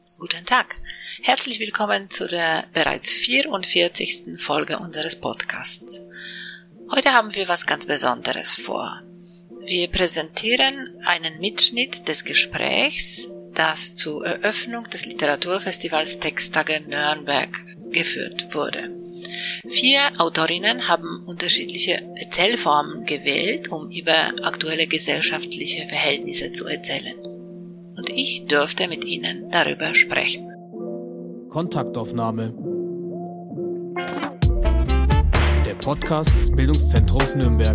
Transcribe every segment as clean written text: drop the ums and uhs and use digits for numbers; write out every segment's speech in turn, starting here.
Guten Tag. Herzlich willkommen zu der bereits 44. Folge unseres Podcasts. Heute haben wir was ganz Besonderes vor. Wir präsentieren einen Mitschnitt des Gesprächs, das zur Eröffnung des Literaturfestivals Texttage Nürnberg geführt wurde. 4 Autorinnen haben unterschiedliche Erzählformen gewählt, um über aktuelle gesellschaftliche Verhältnisse zu erzählen. Und ich durfte mit ihnen darüber sprechen. Kontaktaufnahme. Der Podcast des Bildungszentrums Nürnberg.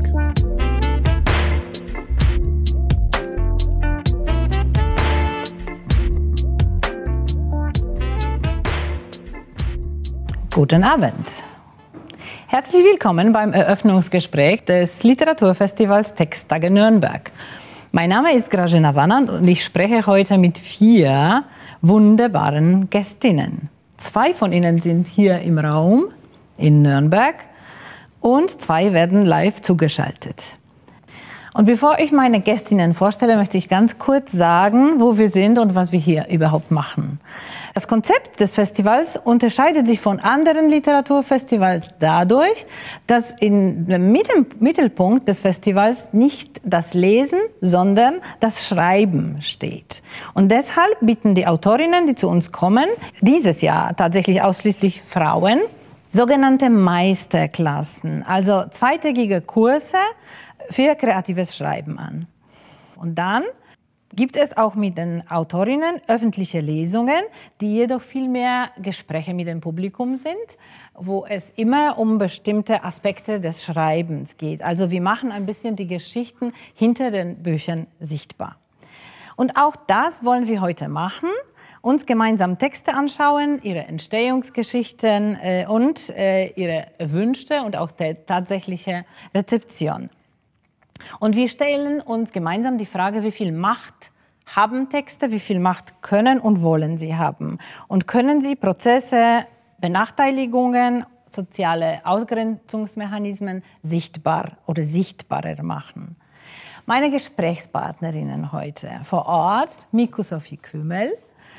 Guten Abend. Herzlich willkommen beim Eröffnungsgespräch des Literaturfestivals Texttage Nürnberg. Mein Name ist Grażyna Wannand und ich spreche heute mit 4 wunderbaren Gästinnen. 2 von ihnen sind hier im Raum in Nürnberg und 2 werden live zugeschaltet. Und bevor ich meine Gästinnen vorstelle, möchte ich ganz kurz sagen, wo wir sind und was wir hier überhaupt machen. Das Konzept des Festivals unterscheidet sich von anderen Literaturfestivals dadurch, dass im Mittelpunkt des Festivals nicht das Lesen, sondern das Schreiben steht. Und deshalb bieten die Autorinnen, die zu uns kommen, dieses Jahr tatsächlich ausschließlich Frauen, sogenannte Meisterklassen, also zweitägige Kurse für kreatives Schreiben an. Und dann gibt es auch mit den Autorinnen öffentliche Lesungen, die jedoch viel mehr Gespräche mit dem Publikum sind, wo es immer um bestimmte Aspekte des Schreibens geht. Also wir machen ein bisschen die Geschichten hinter den Büchern sichtbar. Und auch das wollen wir heute machen, uns gemeinsam Texte anschauen, ihre Entstehungsgeschichten und ihre Wünsche und auch die tatsächliche Rezeption. Und wir stellen uns gemeinsam die Frage, wie viel Macht haben Texte, wie viel Macht können und wollen sie haben? Und können sie Prozesse, Benachteiligungen, soziale Ausgrenzungsmechanismen sichtbar oder sichtbarer machen? Meine Gesprächspartnerinnen heute vor Ort, Mikko Sophie Kümmel.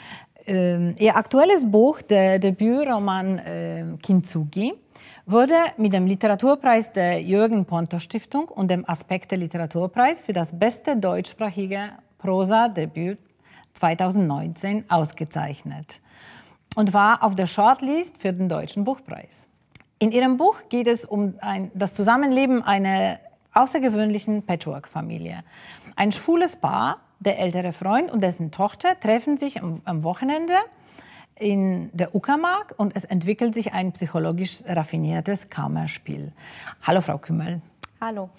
Ihr aktuelles Buch, der Debütroman Kintsugi, wurde mit dem Literaturpreis der Jürgen-Ponto-Stiftung und dem Aspekte-Literaturpreis für das beste deutschsprachige Prosa-Debüt 2019 ausgezeichnet und war auf der Shortlist für den Deutschen Buchpreis. In ihrem Buch geht es um das Zusammenleben einer außergewöhnlichen Patchwork-Familie. Ein schwules Paar, der ältere Freund und dessen Tochter, treffen sich am Wochenende in der Uckermark und es entwickelt sich ein psychologisch raffiniertes Kammerspiel. Hallo Frau Kümmel. Hallo.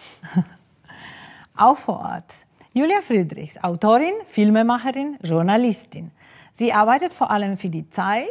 Auch vor Ort Julia Friedrichs, Autorin, Filmemacherin, Journalistin. Sie arbeitet vor allem für die Zeit,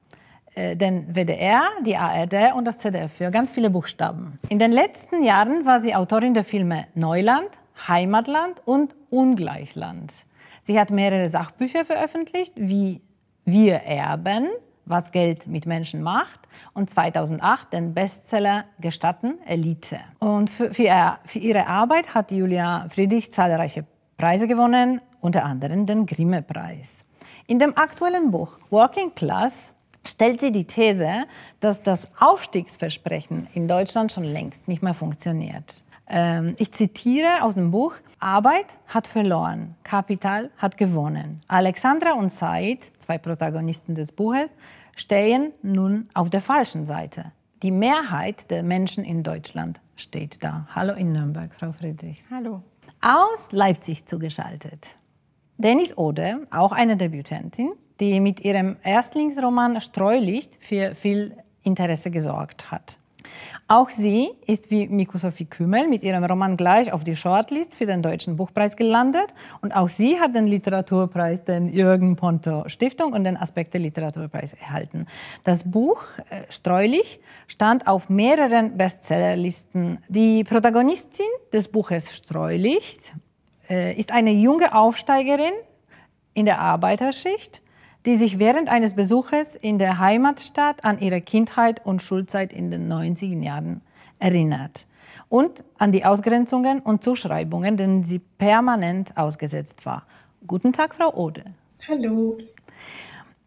den WDR, die ARD und das ZDF für ganz viele Buchstaben. In den letzten Jahren war sie Autorin der Filme Neuland, Heimatland und Ungleichland. Sie hat mehrere Sachbücher veröffentlicht, wie Wir erben, was Geld mit Menschen macht, und 2008 den Bestseller Gestatten, Elite. Und für ihre Arbeit hat Julia Friedrich zahlreiche Preise gewonnen, unter anderem den Grimme-Preis. In dem aktuellen Buch Working Class stellt sie die These, dass das Aufstiegsversprechen in Deutschland schon längst nicht mehr funktioniert. Ich zitiere aus dem Buch: Arbeit hat verloren, Kapital hat gewonnen. Alexandra und Said, 2 Protagonisten des Buches, stehen nun auf der falschen Seite. Die Mehrheit der Menschen in Deutschland steht da. Hallo in Nürnberg, Frau Friedrichs. Hallo. Aus Leipzig zugeschaltet Dennis Ode, auch eine Debütantin, die mit ihrem Erstlingsroman Streulicht für viel Interesse gesorgt hat. Auch sie ist wie Mikko Sophie Kümmel mit ihrem Roman gleich auf die Shortlist für den Deutschen Buchpreis gelandet. Und auch sie hat den Literaturpreis der Jürgen-Ponto-Stiftung und den Aspekte-Literaturpreis erhalten. Das Buch Streulich stand auf mehreren Bestsellerlisten. Die Protagonistin des Buches Streulicht ist eine junge Aufsteigerin in der Arbeiterschicht, die sich während eines Besuches in der Heimatstadt an ihre Kindheit und Schulzeit in den 90er Jahren erinnert und an die Ausgrenzungen und Zuschreibungen, denen sie permanent ausgesetzt war. Guten Tag, Frau Ode. Hallo.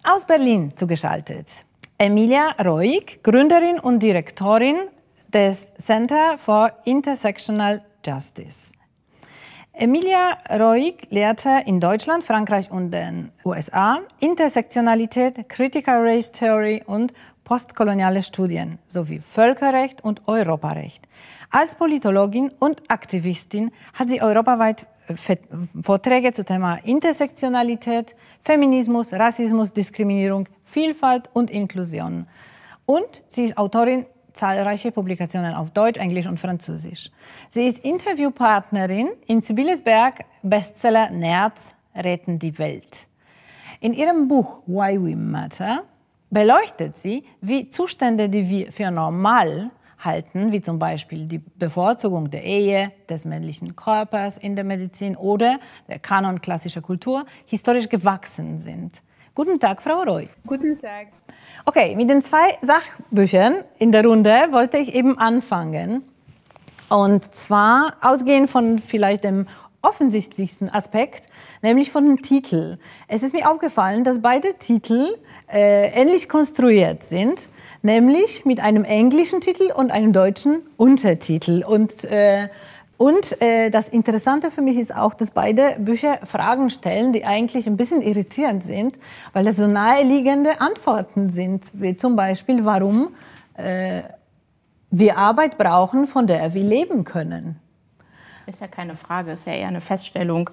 aus Berlin zugeschaltet Emilia Roig, Gründerin und Direktorin des Center for Intersectional Justice. Emilia Roig lehrte in Deutschland, Frankreich und den USA Intersektionalität, Critical Race Theory und postkoloniale Studien sowie Völkerrecht und Europarecht. Als Politologin und Aktivistin hat sie europaweit Vorträge zum Thema Intersektionalität, Feminismus, Rassismus, Diskriminierung, Vielfalt und Inklusion. Und sie ist Autorin zahlreicher Publikationen auf Deutsch, Englisch und Französisch. Sie ist Interviewpartnerin in Sibylles Berg Bestseller Nerds retten die Welt. In ihrem Buch Why We Matter beleuchtet sie, wie Zustände, die wir für normal halten, wie zum Beispiel die Bevorzugung der Ehe, des männlichen Körpers in der Medizin oder der Kanon klassischer Kultur, historisch gewachsen sind. Guten Tag, Frau Roig. Guten Tag. Okay, mit den 2 Sachbüchern in der Runde wollte ich eben anfangen. Und zwar ausgehend von vielleicht dem offensichtlichsten Aspekt, nämlich von dem Titel. Es ist mir aufgefallen, dass beide Titel ähnlich konstruiert sind, nämlich mit einem englischen Titel und einem deutschen Untertitel. Und das Interessante für mich ist auch, dass beide Bücher Fragen stellen, die eigentlich ein bisschen irritierend sind, weil das so naheliegende Antworten sind, wie zum Beispiel, warum wir Arbeit brauchen, von der wir leben können. Ist ja keine Frage, ist ja eher eine Feststellung.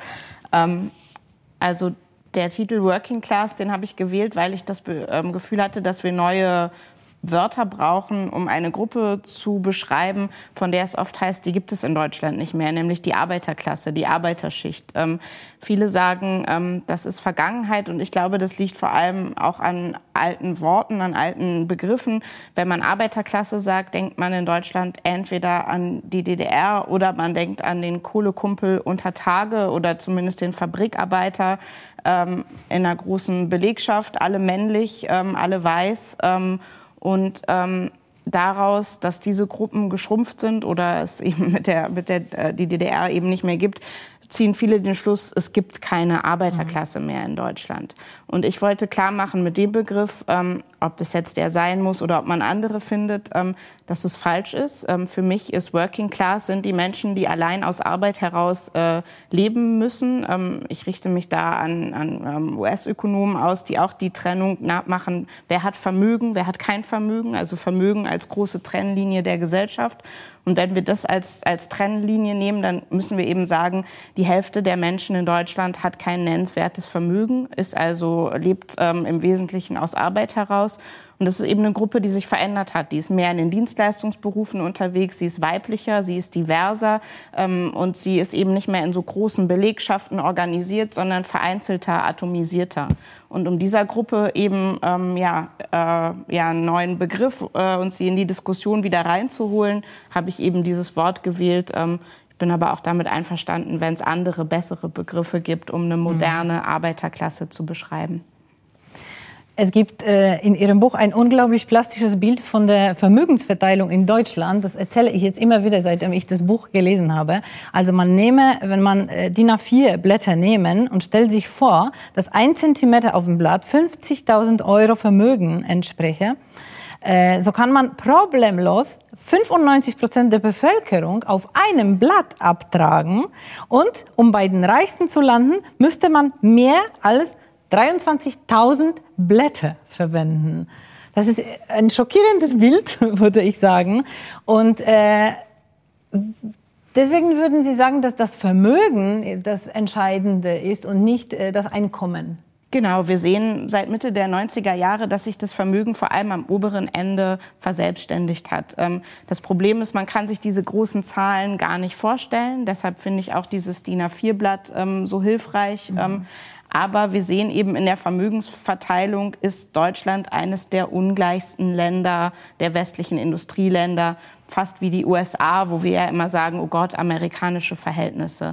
Also der Titel Working Class, den habe ich gewählt, weil ich das Gefühl hatte, dass wir neue Wörter brauchen, um eine Gruppe zu beschreiben, von der es oft heißt, die gibt es in Deutschland nicht mehr, nämlich die Arbeiterklasse, die Arbeiterschicht. Viele sagen, das ist Vergangenheit und ich glaube, das liegt vor allem auch an alten Worten, an alten Begriffen. Wenn man Arbeiterklasse sagt, denkt man in Deutschland entweder an die DDR oder man denkt an den Kohlekumpel unter Tage oder zumindest den Fabrikarbeiter in einer großen Belegschaft, alle männlich, alle weiß. Und daraus, dass diese Gruppen geschrumpft sind oder es eben die DDR eben nicht mehr gibt, ziehen viele den Schluss, es gibt keine Arbeiterklasse mehr in Deutschland. Und ich wollte klar machen mit dem Begriff, ob es jetzt der sein muss oder ob man andere findet, dass es falsch ist. Für mich ist Working Class sind die Menschen, die allein aus Arbeit heraus leben müssen. Ich richte mich da an US-Ökonomen aus, die auch die Trennung machen, wer hat Vermögen, wer hat kein Vermögen, also Vermögen als große Trennlinie der Gesellschaft. Und wenn wir das als Trennlinie nehmen, dann müssen wir eben sagen, die Hälfte der Menschen in Deutschland hat kein nennenswertes Vermögen, lebt im Wesentlichen aus Arbeit heraus. Und das ist eben eine Gruppe, die sich verändert hat. Die ist mehr in den Dienstleistungsberufen unterwegs, sie ist weiblicher, sie ist diverser und sie ist eben nicht mehr in so großen Belegschaften organisiert, sondern vereinzelter, atomisierter. Und um dieser Gruppe eben einen neuen Begriff und sie in die Diskussion wieder reinzuholen, habe ich eben dieses Wort gewählt. Ich bin aber auch damit einverstanden, wenn es andere, bessere Begriffe gibt, um eine moderne Arbeiterklasse zu beschreiben. Es gibt in Ihrem Buch ein unglaublich plastisches Bild von der Vermögensverteilung in Deutschland. Das erzähle ich jetzt immer wieder, seitdem ich das Buch gelesen habe. Also wenn man DIN A4 Blätter nehmen und stellt sich vor, dass 1 Zentimeter auf dem Blatt 50.000 Euro Vermögen entspreche, so kann man problemlos 95% der Bevölkerung auf einem Blatt abtragen. Und um bei den Reichsten zu landen, müsste man mehr als 23.000 Blätter verwenden. Das ist ein schockierendes Bild, würde ich sagen. Und deswegen würden Sie sagen, dass das Vermögen das Entscheidende ist und nicht das Einkommen. Genau, wir sehen seit Mitte der 90er Jahre, dass sich das Vermögen vor allem am oberen Ende verselbstständigt hat. Das Problem ist, man kann sich diese großen Zahlen gar nicht vorstellen. Deshalb finde ich auch dieses DIN A4-Blatt so hilfreich. Aber wir sehen eben in der Vermögensverteilung ist Deutschland eines der ungleichsten Länder der westlichen Industrieländer, fast wie die USA, wo wir ja immer sagen, oh Gott, amerikanische Verhältnisse.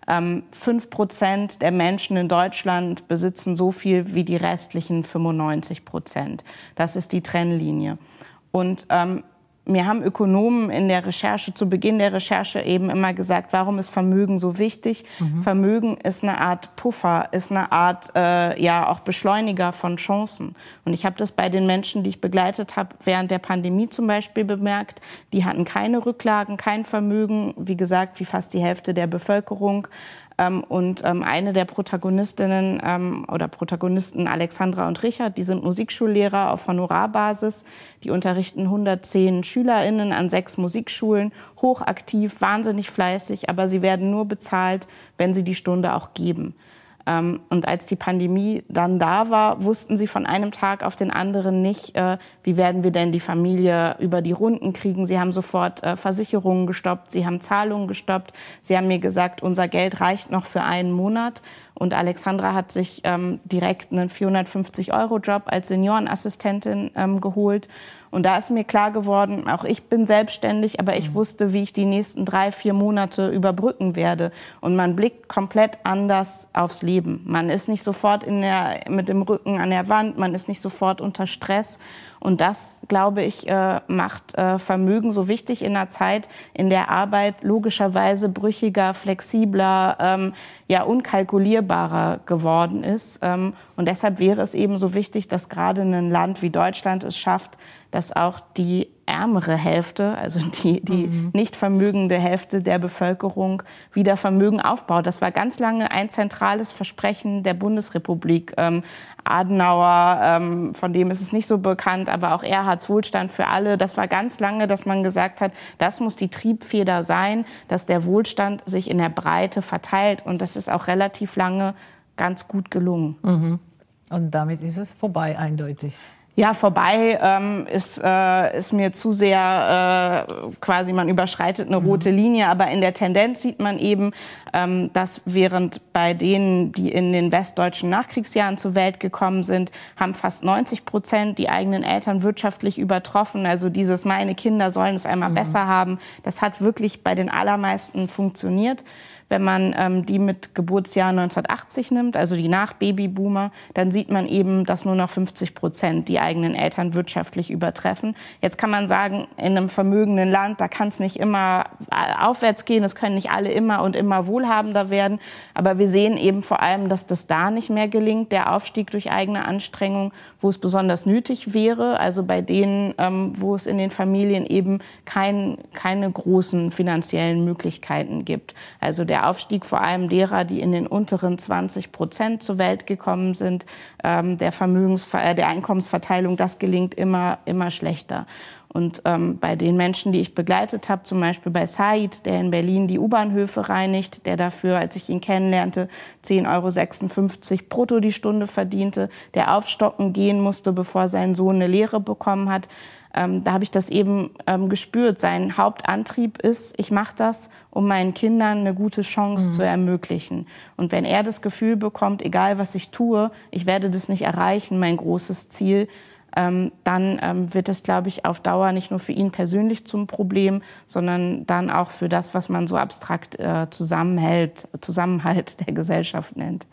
5% der Menschen in Deutschland besitzen so viel wie die restlichen 95%. Das ist die Trennlinie. Und Mir haben Ökonomen in der Recherche, zu Beginn der Recherche eben immer gesagt, warum ist Vermögen so wichtig? Vermögen ist eine Art Puffer, ist eine Art auch Beschleuniger von Chancen. Und ich habe das bei den Menschen, die ich begleitet habe, während der Pandemie zum Beispiel bemerkt. Die hatten keine Rücklagen, kein Vermögen, wie gesagt, wie fast die Hälfte der Bevölkerung. Und eine der Protagonistinnen oder Protagonisten, Alexandra und Richard, die sind Musikschullehrer auf Honorarbasis. Die unterrichten 110 SchülerInnen an 6 Musikschulen, hochaktiv, wahnsinnig fleißig, aber sie werden nur bezahlt, wenn sie die Stunde auch geben. Und als die Pandemie dann da war, wussten sie von einem Tag auf den anderen nicht, wie werden wir denn die Familie über die Runden kriegen. Sie haben sofort Versicherungen gestoppt, sie haben Zahlungen gestoppt. Sie haben mir gesagt, unser Geld reicht noch für einen Monat. Und Alexandra hat sich direkt einen 450-Euro-Job als Seniorenassistentin geholt. Und da ist mir klar geworden, auch ich bin selbstständig, aber ich wusste, wie ich die nächsten 3-4 Monate überbrücken werde. Und man blickt komplett anders aufs Leben. Man ist nicht sofort mit dem Rücken an der Wand, man ist nicht sofort unter Stress. Und das, glaube ich, macht Vermögen so wichtig in einer Zeit, in der Arbeit logischerweise brüchiger, flexibler, unkalkulierbarer geworden ist. Und deshalb wäre es eben so wichtig, dass gerade ein Land wie Deutschland es schafft, dass auch die ärmere Hälfte, also die nicht vermögende Hälfte der Bevölkerung wieder Vermögen aufbaut. Das war ganz lange ein zentrales Versprechen der Bundesrepublik. Adenauer, von dem ist es nicht so bekannt, aber auch Erhards Wohlstand für alle. Das war ganz lange, dass man gesagt hat, das muss die Triebfeder sein, dass der Wohlstand sich in der Breite verteilt. Und das ist auch relativ lange ganz gut gelungen. Und damit ist es vorbei, eindeutig. Ja, vorbei ist mir zu sehr quasi, man überschreitet eine rote Linie. Aber in der Tendenz sieht man eben, dass während bei denen, die in den westdeutschen Nachkriegsjahren zur Welt gekommen sind, haben fast 90% die eigenen Eltern wirtschaftlich übertroffen. Also dieses, meine Kinder sollen es einmal besser haben, das hat wirklich bei den allermeisten funktioniert. Wenn man die mit Geburtsjahr 1980 nimmt, also die Nach-Babyboomer, dann sieht man eben, dass nur noch 50% die eigenen Eltern wirtschaftlich übertreffen. Jetzt kann man sagen, in einem vermögenden Land, da kann es nicht immer aufwärts gehen, es können nicht alle immer und immer wohlhabender werden. Aber wir sehen eben vor allem, dass das da nicht mehr gelingt, der Aufstieg durch eigene Anstrengung, wo es besonders nötig wäre. Also bei denen, wo es in den Familien eben keine großen finanziellen Möglichkeiten gibt. Also der Aufstieg vor allem derer, die in den unteren 20% zur Welt gekommen sind, der Einkommensverteilung, das gelingt immer schlechter. Und bei den Menschen, die ich begleitet habe, zum Beispiel bei Said, der in Berlin die U-Bahnhöfe reinigt, der dafür, als ich ihn kennenlernte, 10,56 € brutto die Stunde verdiente, der aufstocken gehen musste, bevor sein Sohn eine Lehre bekommen hat, da habe ich das eben gespürt. Sein Hauptantrieb ist, ich mache das, um meinen Kindern eine gute Chance zu ermöglichen. Und wenn er das Gefühl bekommt, egal was ich tue, ich werde das nicht erreichen, mein großes Ziel, dann wird es, glaube ich, auf Dauer nicht nur für ihn persönlich zum Problem, sondern dann auch für das, was man so abstrakt Zusammenhalt der Gesellschaft nennt.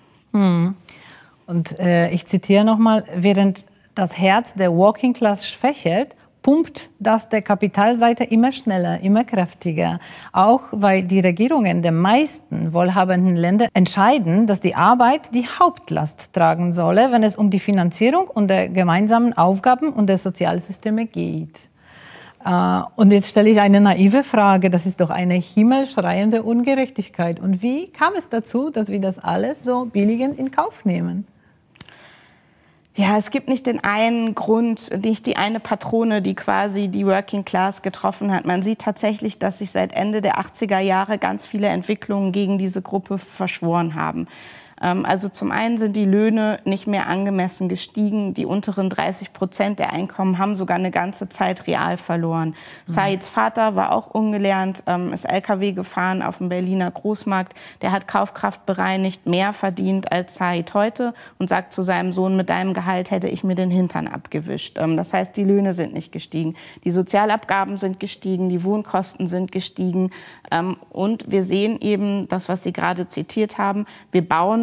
Und ich zitiere nochmal, während das Herz der Working Class schwächelt, pumpt das der Kapitalseite immer schneller, immer kräftiger. Auch weil die Regierungen der meisten wohlhabenden Länder entscheiden, dass die Arbeit die Hauptlast tragen solle, wenn es um die Finanzierung und der gemeinsamen Aufgaben und der Sozialsysteme geht. Und jetzt stelle ich eine naive Frage, das ist doch eine himmelschreiende Ungerechtigkeit. Und wie kam es dazu, dass wir das alles so billigend in Kauf nehmen? Ja, es gibt nicht den einen Grund, nicht die eine Patrone, die quasi die Working Class getroffen hat. Man sieht tatsächlich, dass sich seit Ende der 80er Jahre ganz viele Entwicklungen gegen diese Gruppe verschworen haben. Also zum einen sind die Löhne nicht mehr angemessen gestiegen. Die unteren 30% der Einkommen haben sogar eine ganze Zeit real verloren. Saids Vater war auch ungelernt, ist LKW gefahren auf dem Berliner Großmarkt. Der hat Kaufkraft bereinigt, mehr verdient als Said heute und sagt zu seinem Sohn, mit deinem Gehalt hätte ich mir den Hintern abgewischt. Das heißt, die Löhne sind nicht gestiegen. Die Sozialabgaben sind gestiegen, die Wohnkosten sind gestiegen. Und wir sehen eben das, was Sie gerade zitiert haben. Wir bauen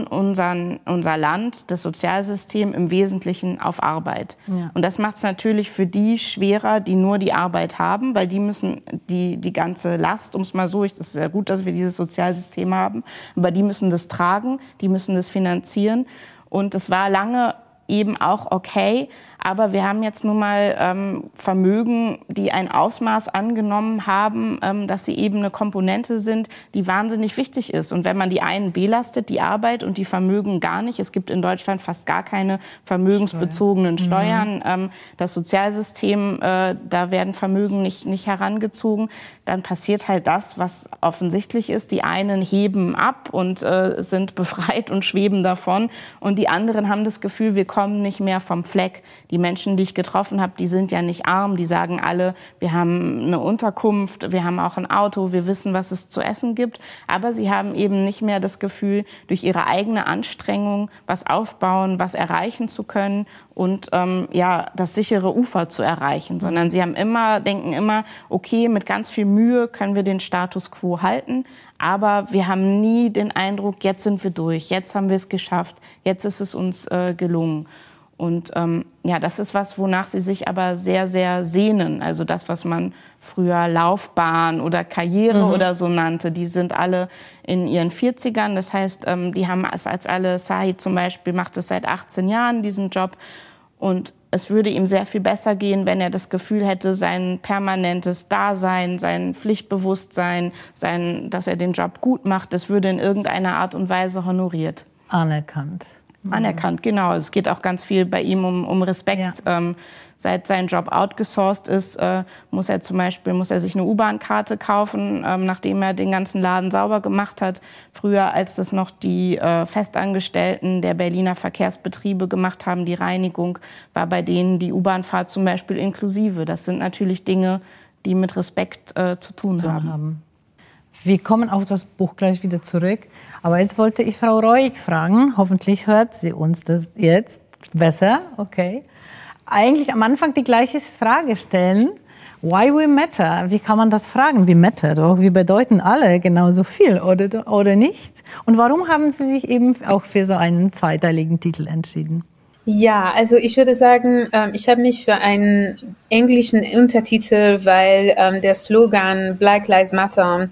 bauen unser Land, das Sozialsystem im Wesentlichen auf Arbeit. Ja. Und das macht es natürlich für die schwerer, die nur die Arbeit haben, weil die müssen die ganze Last, um es mal so, es ist ja gut, dass wir dieses Sozialsystem haben, aber die müssen das tragen, die müssen das finanzieren. Und es war lange eben auch okay, aber wir haben jetzt nun mal Vermögen, die ein Ausmaß angenommen haben, dass sie eben eine Komponente sind, die wahnsinnig wichtig ist. Und wenn man die einen belastet, die Arbeit, und die Vermögen gar nicht, es gibt in Deutschland fast gar keine vermögensbezogenen Steuern, das Sozialsystem, da werden Vermögen nicht herangezogen, dann passiert halt das, was offensichtlich ist. Die einen heben ab und sind befreit und schweben davon, und die anderen haben das Gefühl, wir kommen nicht mehr vom Fleck. Die Menschen, die ich getroffen habe, die sind ja nicht arm. Die sagen alle, wir haben eine Unterkunft, wir haben auch ein Auto, wir wissen, was es zu essen gibt. Aber sie haben eben nicht mehr das Gefühl, durch ihre eigene Anstrengung was aufbauen, was erreichen zu können und das sichere Ufer zu erreichen. Sondern sie denken immer, okay, mit ganz viel Mühe können wir den Status quo halten. Aber wir haben nie den Eindruck, jetzt sind wir durch, jetzt haben wir es geschafft, jetzt ist es uns gelungen. Und das ist was, wonach sie sich aber sehr, sehr sehnen. Also das, was man früher Laufbahn oder Karriere oder so nannte, die sind alle in ihren 40ern. Das heißt, die haben es als alle, Sahi zum Beispiel macht es seit 18 Jahren, diesen Job. Und es würde ihm sehr viel besser gehen, wenn er das Gefühl hätte, sein permanentes Dasein, sein Pflichtbewusstsein, dass er den Job gut macht, das würde in irgendeiner Art und Weise honoriert. Anerkannt. Anerkannt, genau. Es geht auch ganz viel bei ihm um Respekt. Ja. Seit sein Job outgesourced ist, muss er sich eine U-Bahn-Karte kaufen, nachdem er den ganzen Laden sauber gemacht hat. Früher, als das noch die Festangestellten der Berliner Verkehrsbetriebe gemacht haben, die Reinigung, war bei denen die U-Bahn-Fahrt zum Beispiel inklusive. Das sind natürlich Dinge, die mit Respekt zu tun haben. Wir kommen auf das Buch gleich wieder zurück. Aber jetzt wollte ich Frau Reuig fragen, hoffentlich hört sie uns das jetzt besser, okay. Eigentlich am Anfang die gleiche Frage stellen. Why we matter? Wie kann man das fragen? Wir matter doch, wir bedeuten alle genauso viel, oder nicht? Und warum haben Sie sich eben auch für so einen zweiteiligen Titel entschieden? Ja, also ich würde sagen, ich habe mich für einen englischen Untertitel, weil der Slogan Black Lives Matter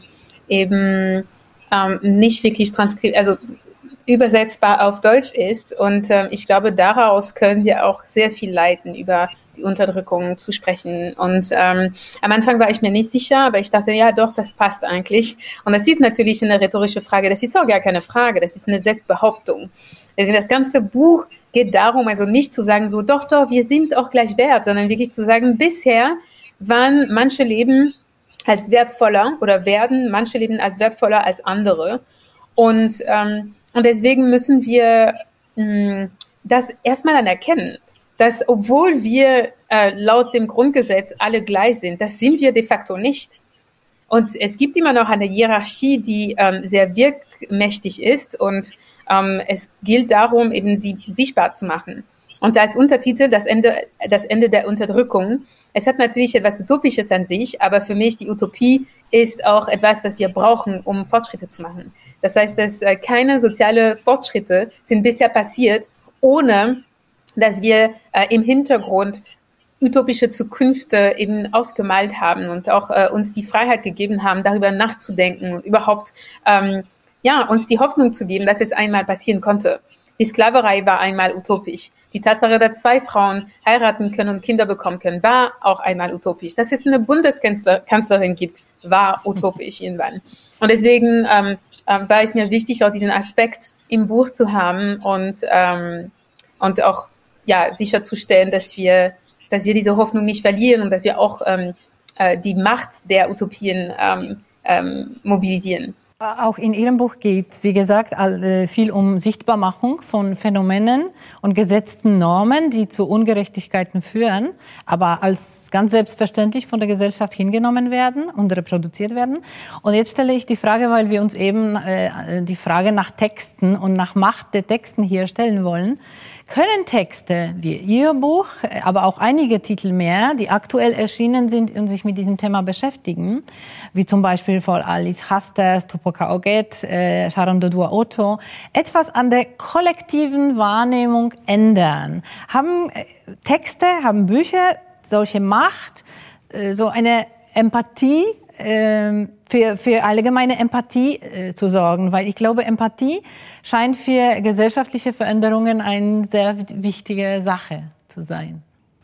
eben nicht wirklich übersetzbar auf Deutsch ist. Und ich glaube, daraus können wir auch sehr viel leiten, über die Unterdrückung zu sprechen. Und am Anfang war ich mir nicht sicher, aber ich dachte, ja doch, das passt eigentlich. Und das ist natürlich eine rhetorische Frage. Das ist auch gar keine Frage, das ist eine Selbstbehauptung. Das ganze Buch geht darum, also nicht zu sagen, so doch, wir sind auch gleich wert, sondern wirklich zu sagen, bisher waren manche Leben als wertvoller oder werden manche Leben als wertvoller als andere. Und deswegen müssen wir das erstmal anerkennen, dass obwohl wir laut dem Grundgesetz alle gleich sind, das sind wir de facto nicht. Und es gibt immer noch eine Hierarchie, die sehr wirkmächtig ist, und es gilt darum, eben sie sichtbar zu machen. Und als Untertitel das Ende der Unterdrückung. Es hat natürlich etwas Utopisches an sich, aber für mich die Utopie ist auch etwas, was wir brauchen, um Fortschritte zu machen. Das heißt, dass keine sozialen Fortschritte sind bisher passiert, ohne dass wir im Hintergrund utopische Zukünfte eben ausgemalt haben und auch uns die Freiheit gegeben haben, darüber nachzudenken und überhaupt uns die Hoffnung zu geben, dass es einmal passieren konnte. Die Sklaverei war einmal utopisch. Die Tatsache, dass 2 Frauen heiraten können und Kinder bekommen können, war auch einmal utopisch. Dass es eine Bundeskanzlerin gibt, war utopisch irgendwann. Und deswegen war es mir wichtig, auch diesen Aspekt im Buch zu haben und auch sicherzustellen, dass wir diese Hoffnung nicht verlieren und dass wir auch die Macht der Utopien mobilisieren. Auch in Ihrem Buch geht, wie gesagt, viel um Sichtbarmachung von Phänomenen und gesetzten Normen, die zu Ungerechtigkeiten führen, aber als ganz selbstverständlich von der Gesellschaft hingenommen werden und reproduziert werden. Und jetzt stelle ich die Frage, weil wir uns eben die Frage nach Texten und nach Macht der Texten hier stellen wollen. können Texte wie Ihr Buch, aber auch einige Titel mehr, die aktuell erschienen sind und sich mit diesem Thema beschäftigen, wie zum Beispiel von Alice Hasters, Tupoka Oget, Sharon Dodua-Otto, etwas an der kollektiven Wahrnehmung ändern? Haben Texte, haben Bücher solche Macht, so eine Empathie, für allgemeine Empathie zu sorgen, weil ich glaube, Empathie scheint für gesellschaftliche Veränderungen eine sehr wichtige Sache zu sein.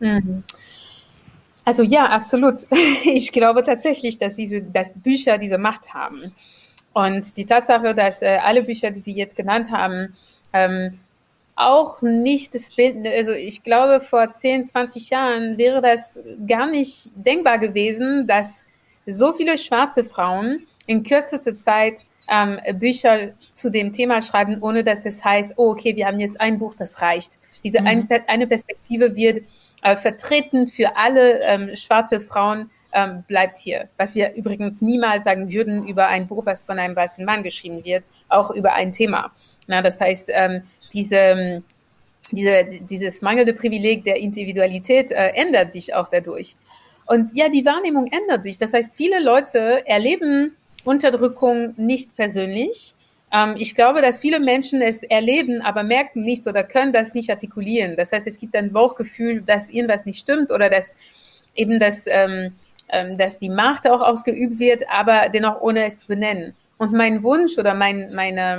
Also ja, absolut. Ich glaube tatsächlich, dass Bücher diese Macht haben. Und die Tatsache, dass alle Bücher, die Sie jetzt genannt haben, auch nicht das Bild, also ich glaube, vor 10, 20 Jahren wäre das gar nicht denkbar gewesen, dass so viele schwarze Frauen in kürzester Zeit Bücher zu dem Thema schreiben, ohne dass es heißt, oh, okay, wir haben jetzt ein Buch, das reicht. Diese eine Perspektive wird vertreten für alle schwarze Frauen, bleibt hier. Was wir übrigens niemals sagen würden über ein Buch, was von einem weißen Mann geschrieben wird, auch über ein Thema. Na, das heißt, dieses mangelnde Privileg der Individualität ändert sich auch dadurch. Und ja, die Wahrnehmung ändert sich. Das heißt, viele Leute erleben Unterdrückung nicht persönlich. Ich glaube, dass viele Menschen es erleben, aber merken nicht oder können das nicht artikulieren. Das heißt, es gibt ein Bauchgefühl, dass irgendwas nicht stimmt oder dass eben dass die Macht auch ausgeübt wird, aber dennoch ohne es zu benennen. Und mein Wunsch oder mein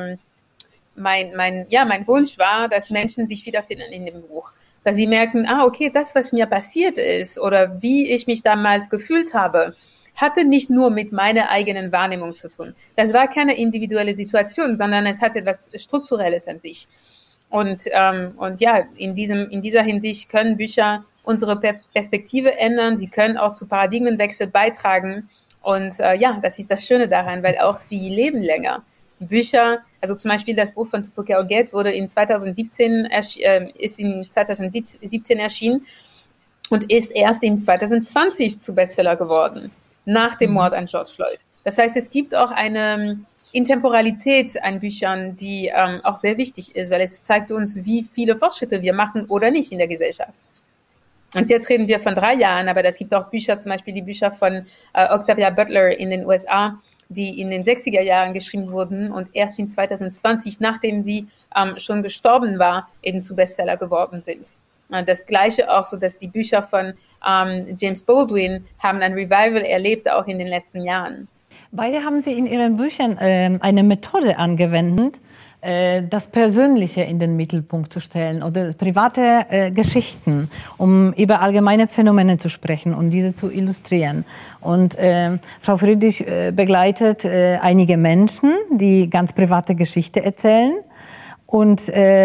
Wunsch war, dass Menschen sich wiederfinden in dem Buch. Dass sie merken, okay, das, was mir passiert ist oder wie ich mich damals gefühlt habe, hatte nicht nur mit meiner eigenen Wahrnehmung zu tun. Das war keine individuelle Situation, sondern es hatte etwas Strukturelles an sich. Und ja, in dieser Hinsicht können Bücher unsere Perspektive ändern. Sie können auch zu Paradigmenwechsel beitragen. Und ja, das ist das Schöne daran, weil auch sie leben länger. Bücher, also zum Beispiel das Buch von Tupoka Oget wurde ist in 2017 erschienen und ist erst in 2020 zu Bestseller geworden, nach dem Mord an George Floyd. Das heißt, es gibt auch eine Intemporalität an Büchern, die auch sehr wichtig ist, weil es zeigt uns, wie viele Fortschritte wir machen oder nicht in der Gesellschaft. Und jetzt reden wir von 3 Jahren, aber es gibt auch Bücher, zum Beispiel die Bücher von Octavia Butler in den USA, die in den 60er Jahren geschrieben wurden und erst in 2020, nachdem sie schon gestorben war, eben zu Bestseller geworden sind. Das Gleiche auch so, dass die Bücher von James Baldwin haben ein Revival erlebt, auch in den letzten Jahren. Beide haben Sie in Ihren Büchern eine Methode angewendet, das Persönliche in den Mittelpunkt zu stellen oder private Geschichten, um über allgemeine Phänomene zu sprechen und diese zu illustrieren. Und Frau Friedrich begleitet einige Menschen, die ganz private Geschichte erzählen. Und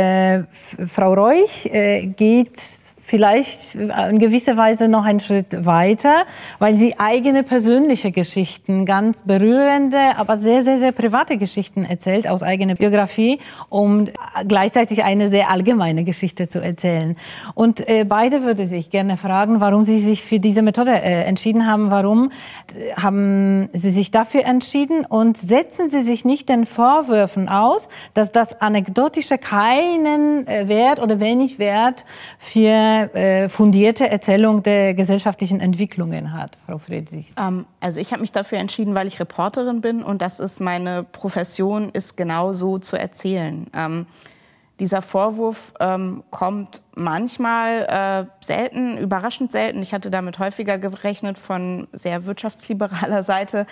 Frau Reuch geht vielleicht in gewisser Weise noch einen Schritt weiter, weil sie eigene persönliche Geschichten, ganz berührende, aber sehr, sehr, sehr private Geschichten erzählt aus eigener Biografie, um gleichzeitig eine sehr allgemeine Geschichte zu erzählen. Und beide würde sich gerne fragen, warum Sie sich für diese Methode entschieden haben. Warum haben Sie sich dafür entschieden und setzen Sie sich nicht den Vorwürfen aus, dass das Anekdotische keinen Wert oder wenig Wert für fundierte Erzählung der gesellschaftlichen Entwicklungen hat, Frau Friedrich? Also ich habe mich dafür entschieden, weil ich Reporterin bin und das ist meine Profession, ist genau so zu erzählen. Dieser Vorwurf kommt manchmal selten, überraschend selten. Ich hatte damit häufiger gerechnet von sehr wirtschaftsliberaler Seite.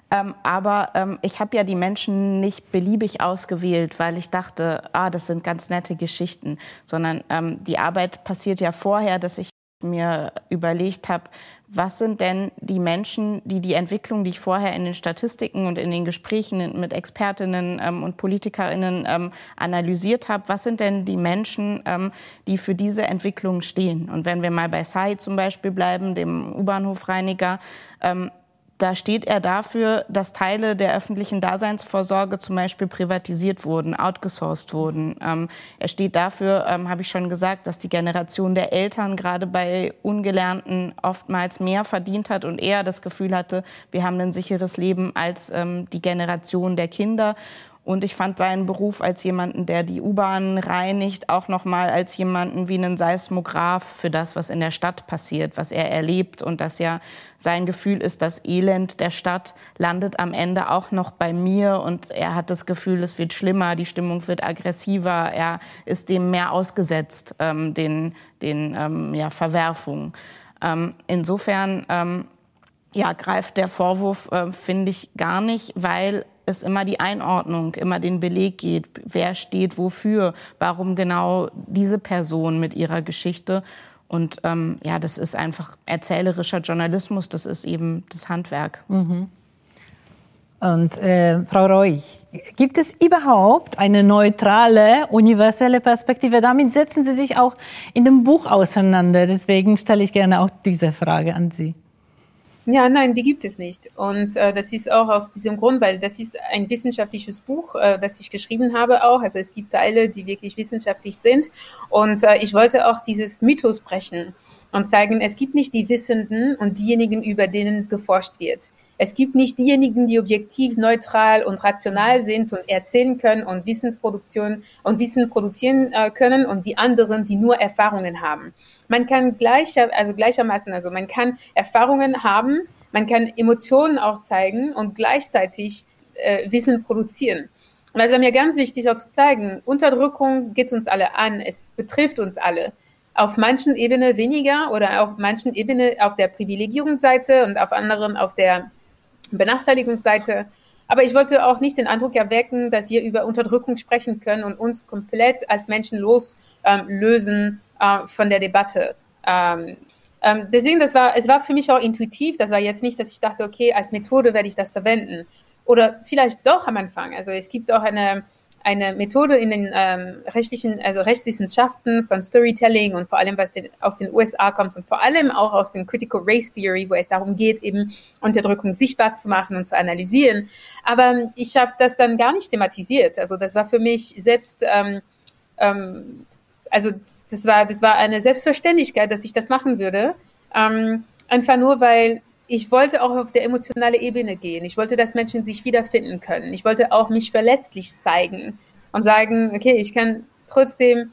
Aber ich habe ja die Menschen nicht beliebig ausgewählt, weil ich dachte, das sind ganz nette Geschichten. Sondern die Arbeit passiert ja vorher, dass ich mir überlegt habe, was sind denn die Menschen, die die Entwicklung, die ich vorher in den Statistiken und in den Gesprächen mit Expertinnen und PolitikerInnen analysiert habe, was sind denn die Menschen, die für diese Entwicklung stehen? Und wenn wir mal bei Sai zum Beispiel bleiben, dem U-Bahnhofreiniger, da steht er dafür, dass Teile der öffentlichen Daseinsvorsorge zum Beispiel privatisiert wurden, outgesourced wurden. Er steht dafür, habe ich schon gesagt, dass die Generation der Eltern gerade bei Ungelernten oftmals mehr verdient hat und eher das Gefühl hatte, wir haben ein sicheres Leben als die Generation der Kinder. Und ich fand seinen Beruf als jemanden, der die U-Bahn reinigt, auch nochmal als jemanden wie einen Seismograph für das, was in der Stadt passiert, was er erlebt. Und dass ja sein Gefühl ist, das Elend der Stadt landet am Ende auch noch bei mir. Und er hat das Gefühl, es wird schlimmer, die Stimmung wird aggressiver, er ist dem mehr ausgesetzt, den Verwerfungen. Insofern greift der Vorwurf, finde ich, gar nicht, weil es immer die Einordnung, immer den Beleg geht, wer steht wofür, warum genau diese Person mit ihrer Geschichte. Und das ist einfach erzählerischer Journalismus, das ist eben das Handwerk. Mhm. Und Frau Reuch, gibt es überhaupt eine neutrale, universelle Perspektive? Damit setzen Sie sich auch in dem Buch auseinander. Deswegen stelle ich gerne auch diese Frage an Sie. Ja, nein, die gibt es nicht. Und das ist auch aus diesem Grund, weil das ist ein wissenschaftliches Buch, das ich geschrieben habe auch. Also es gibt Teile, die wirklich wissenschaftlich sind. Und ich wollte auch dieses Mythos brechen und zeigen, es gibt nicht die Wissenden und diejenigen, über denen geforscht wird. Es gibt nicht diejenigen, die objektiv, neutral und rational sind und erzählen können und Wissen produzieren können und die anderen, die nur Erfahrungen haben. Man kann gleichermaßen, man kann Erfahrungen haben, man kann Emotionen auch zeigen und gleichzeitig Wissen produzieren. Und das war mir ganz wichtig auch zu zeigen, Unterdrückung geht uns alle an, es betrifft uns alle. Auf manchen Ebene weniger oder auf manchen Ebene auf der Privilegierungsseite und auf anderen auf der Benachteiligungsseite. Aber ich wollte auch nicht den Eindruck erwecken, dass wir über Unterdrückung sprechen können und uns komplett als Menschen lösen von der Debatte. Deswegen, es war für mich auch intuitiv. Das war jetzt nicht, dass ich dachte, okay, als Methode werde ich das verwenden. Oder vielleicht doch am Anfang. Also es gibt auch eine Methode in den Rechtswissenschaften von Storytelling und vor allem, was aus den USA kommt und vor allem auch aus den Critical Race Theory, wo es darum geht, eben Unterdrückung sichtbar zu machen und zu analysieren. Aber ich habe das dann gar nicht thematisiert. Also das war für mich selbst, das war eine Selbstverständlichkeit, dass ich das machen würde. Einfach nur, weil ich wollte auch auf der emotionalen Ebene gehen. Ich wollte, dass Menschen sich wiederfinden können. Ich wollte auch mich verletzlich zeigen und sagen, okay, ich kann trotzdem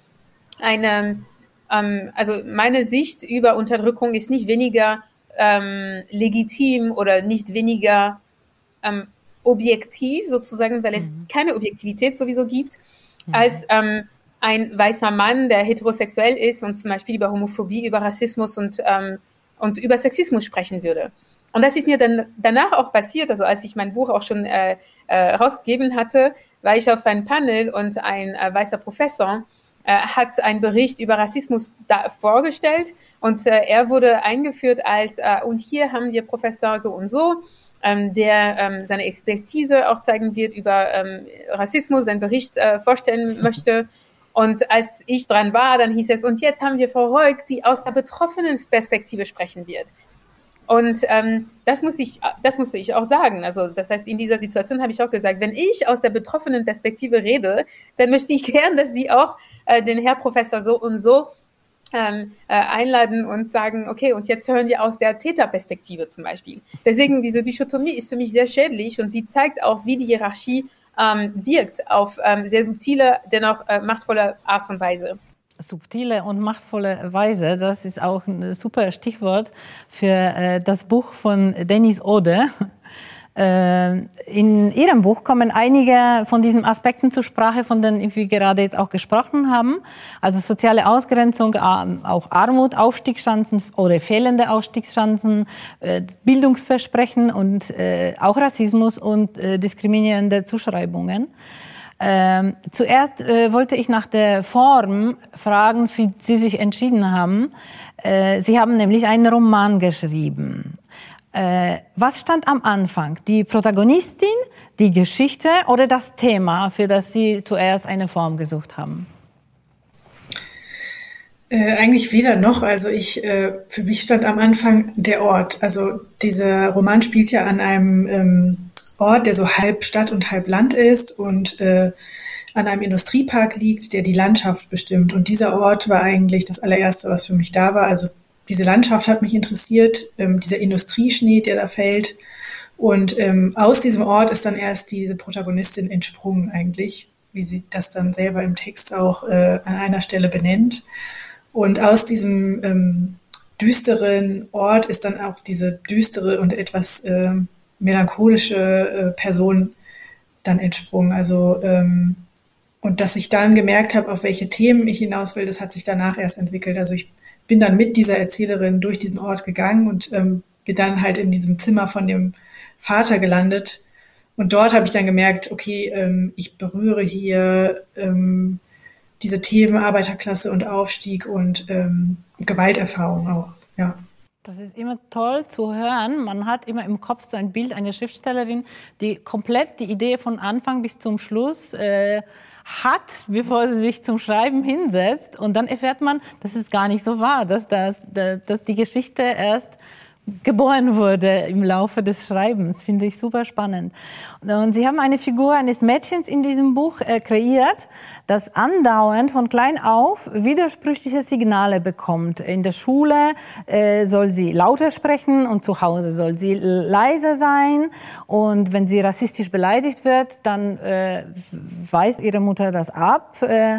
meine Sicht über Unterdrückung ist nicht weniger legitim oder nicht weniger objektiv sozusagen, weil es keine Objektivität sowieso gibt, als ein weißer Mann, der heterosexuell ist und zum Beispiel über Homophobie, über Rassismus und über Sexismus sprechen würde. Und das ist mir dann danach auch passiert, also als ich mein Buch auch schon rausgegeben hatte, war ich auf einem Panel und ein weißer Professor hat einen Bericht über Rassismus vorgestellt und er wurde eingeführt als, und hier haben wir Professor so und so, der seine Expertise auch zeigen wird über Rassismus, seinen Bericht vorstellen möchte. Und als ich dran war, dann hieß es, und jetzt haben wir Frau Reuch, die aus der betroffenen Perspektive sprechen wird. Und das musste ich auch sagen. Also das heißt, in dieser Situation habe ich auch gesagt, wenn ich aus der betroffenen Perspektive rede, dann möchte ich gern, dass Sie auch den Herr Professor so und so einladen und sagen, okay, und jetzt hören wir aus der Täterperspektive zum Beispiel. Deswegen, diese Dichotomie ist für mich sehr schädlich und sie zeigt auch, wie die Hierarchie wirkt auf sehr subtile, dennoch machtvolle Art und Weise. Subtile und machtvolle Weise, das ist auch ein super Stichwort für das Buch von Denise Ode. In Ihrem Buch kommen einige von diesen Aspekten zur Sprache, von denen wir gerade jetzt auch gesprochen haben. Also soziale Ausgrenzung, auch Armut, Aufstiegschancen oder fehlende Aufstiegschancen, Bildungsversprechen und auch Rassismus und diskriminierende Zuschreibungen. Zuerst wollte ich nach der Form fragen, wie Sie sich entschieden haben. Sie haben nämlich einen Roman geschrieben. Was stand am Anfang? Die Protagonistin, die Geschichte oder das Thema, für das Sie zuerst eine Form gesucht haben? Eigentlich weder noch. Also für mich stand am Anfang der Ort. Also dieser Roman spielt ja an einem Ort, der so halb Stadt und halb Land ist und an einem Industriepark liegt, der die Landschaft bestimmt. Und dieser Ort war eigentlich das allererste, was für mich da war. Also diese Landschaft hat mich interessiert, dieser Industrieschnee, der da fällt Und aus diesem Ort ist dann erst diese Protagonistin entsprungen eigentlich, wie sie das dann selber im Text auch an einer Stelle benennt. Und aus diesem düsteren Ort ist dann auch diese düstere und etwas melancholische Person dann entsprungen. Also und dass ich dann gemerkt habe, auf welche Themen ich hinaus will, das hat sich danach erst entwickelt. Also ich bin dann mit dieser Erzählerin durch diesen Ort gegangen und bin dann halt in diesem Zimmer von dem Vater gelandet. Und dort habe ich dann gemerkt, okay, ich berühre hier diese Themen Arbeiterklasse und Aufstieg und Gewalterfahrung auch, ja. Das ist immer toll zu hören. Man hat immer im Kopf so ein Bild einer Schriftstellerin, die komplett die Idee von Anfang bis zum Schluss hat, bevor sie sich zum Schreiben hinsetzt. Und dann erfährt man, dass es gar nicht so war, dass die Geschichte erst geboren wurde im Laufe des Schreibens. Finde ich super spannend. Und Sie haben eine Figur eines Mädchens in diesem Buch kreiert, das andauernd von klein auf widersprüchliche Signale bekommt. In der Schule soll sie lauter sprechen und zu Hause soll sie leiser sein. Und wenn sie rassistisch beleidigt wird, dann weist ihre Mutter das ab.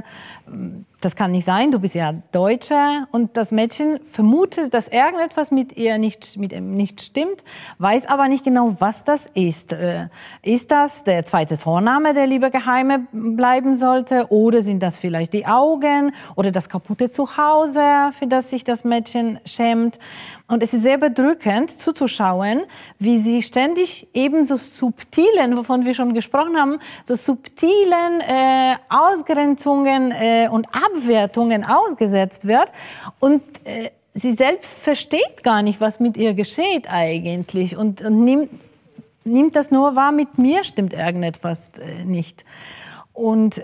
Das kann nicht sein, du bist ja Deutsche. Und das Mädchen vermutet, dass irgendetwas mit ihr nicht stimmt, weiß aber nicht genau, was das ist. Ist das der zweite Vorname, der lieber geheim bleiben sollte? Oder sind das vielleicht die Augen oder das kaputte Zuhause, für das sich das Mädchen schämt? Und es ist sehr bedrückend zuzuschauen, wie sie ständig eben so subtilen, wovon wir schon gesprochen haben, so subtilen Ausgrenzungen und Abwertungen ausgesetzt wird. Und sie selbst versteht gar nicht, was mit ihr geschieht eigentlich und nimmt das nur wahr, mit mir stimmt irgendetwas nicht. Und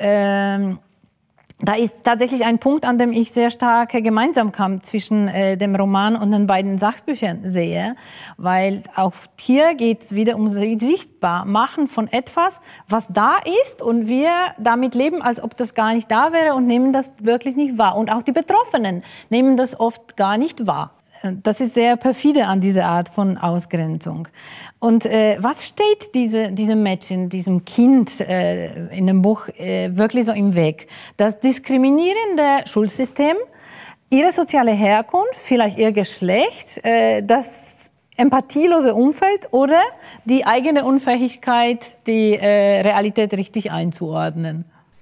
da ist tatsächlich ein Punkt, an dem ich sehr starke Gemeinsamkeit zwischen dem Roman und den beiden Sachbüchern sehe, weil auch hier geht es wieder um Sichtbarmachen von etwas, was da ist und wir damit leben, als ob das gar nicht da wäre und nehmen das wirklich nicht wahr. Und auch die Betroffenen nehmen das oft gar nicht wahr. Das ist sehr perfide an dieser Art von Ausgrenzung. Und was steht diesem Mädchen, diesem Kind in dem Buch wirklich so im Weg? Das diskriminierende Schulsystem, ihre soziale Herkunft, vielleicht ihr Geschlecht, das empathielose Umfeld oder die eigene Unfähigkeit, die Realität richtig einzuordnen?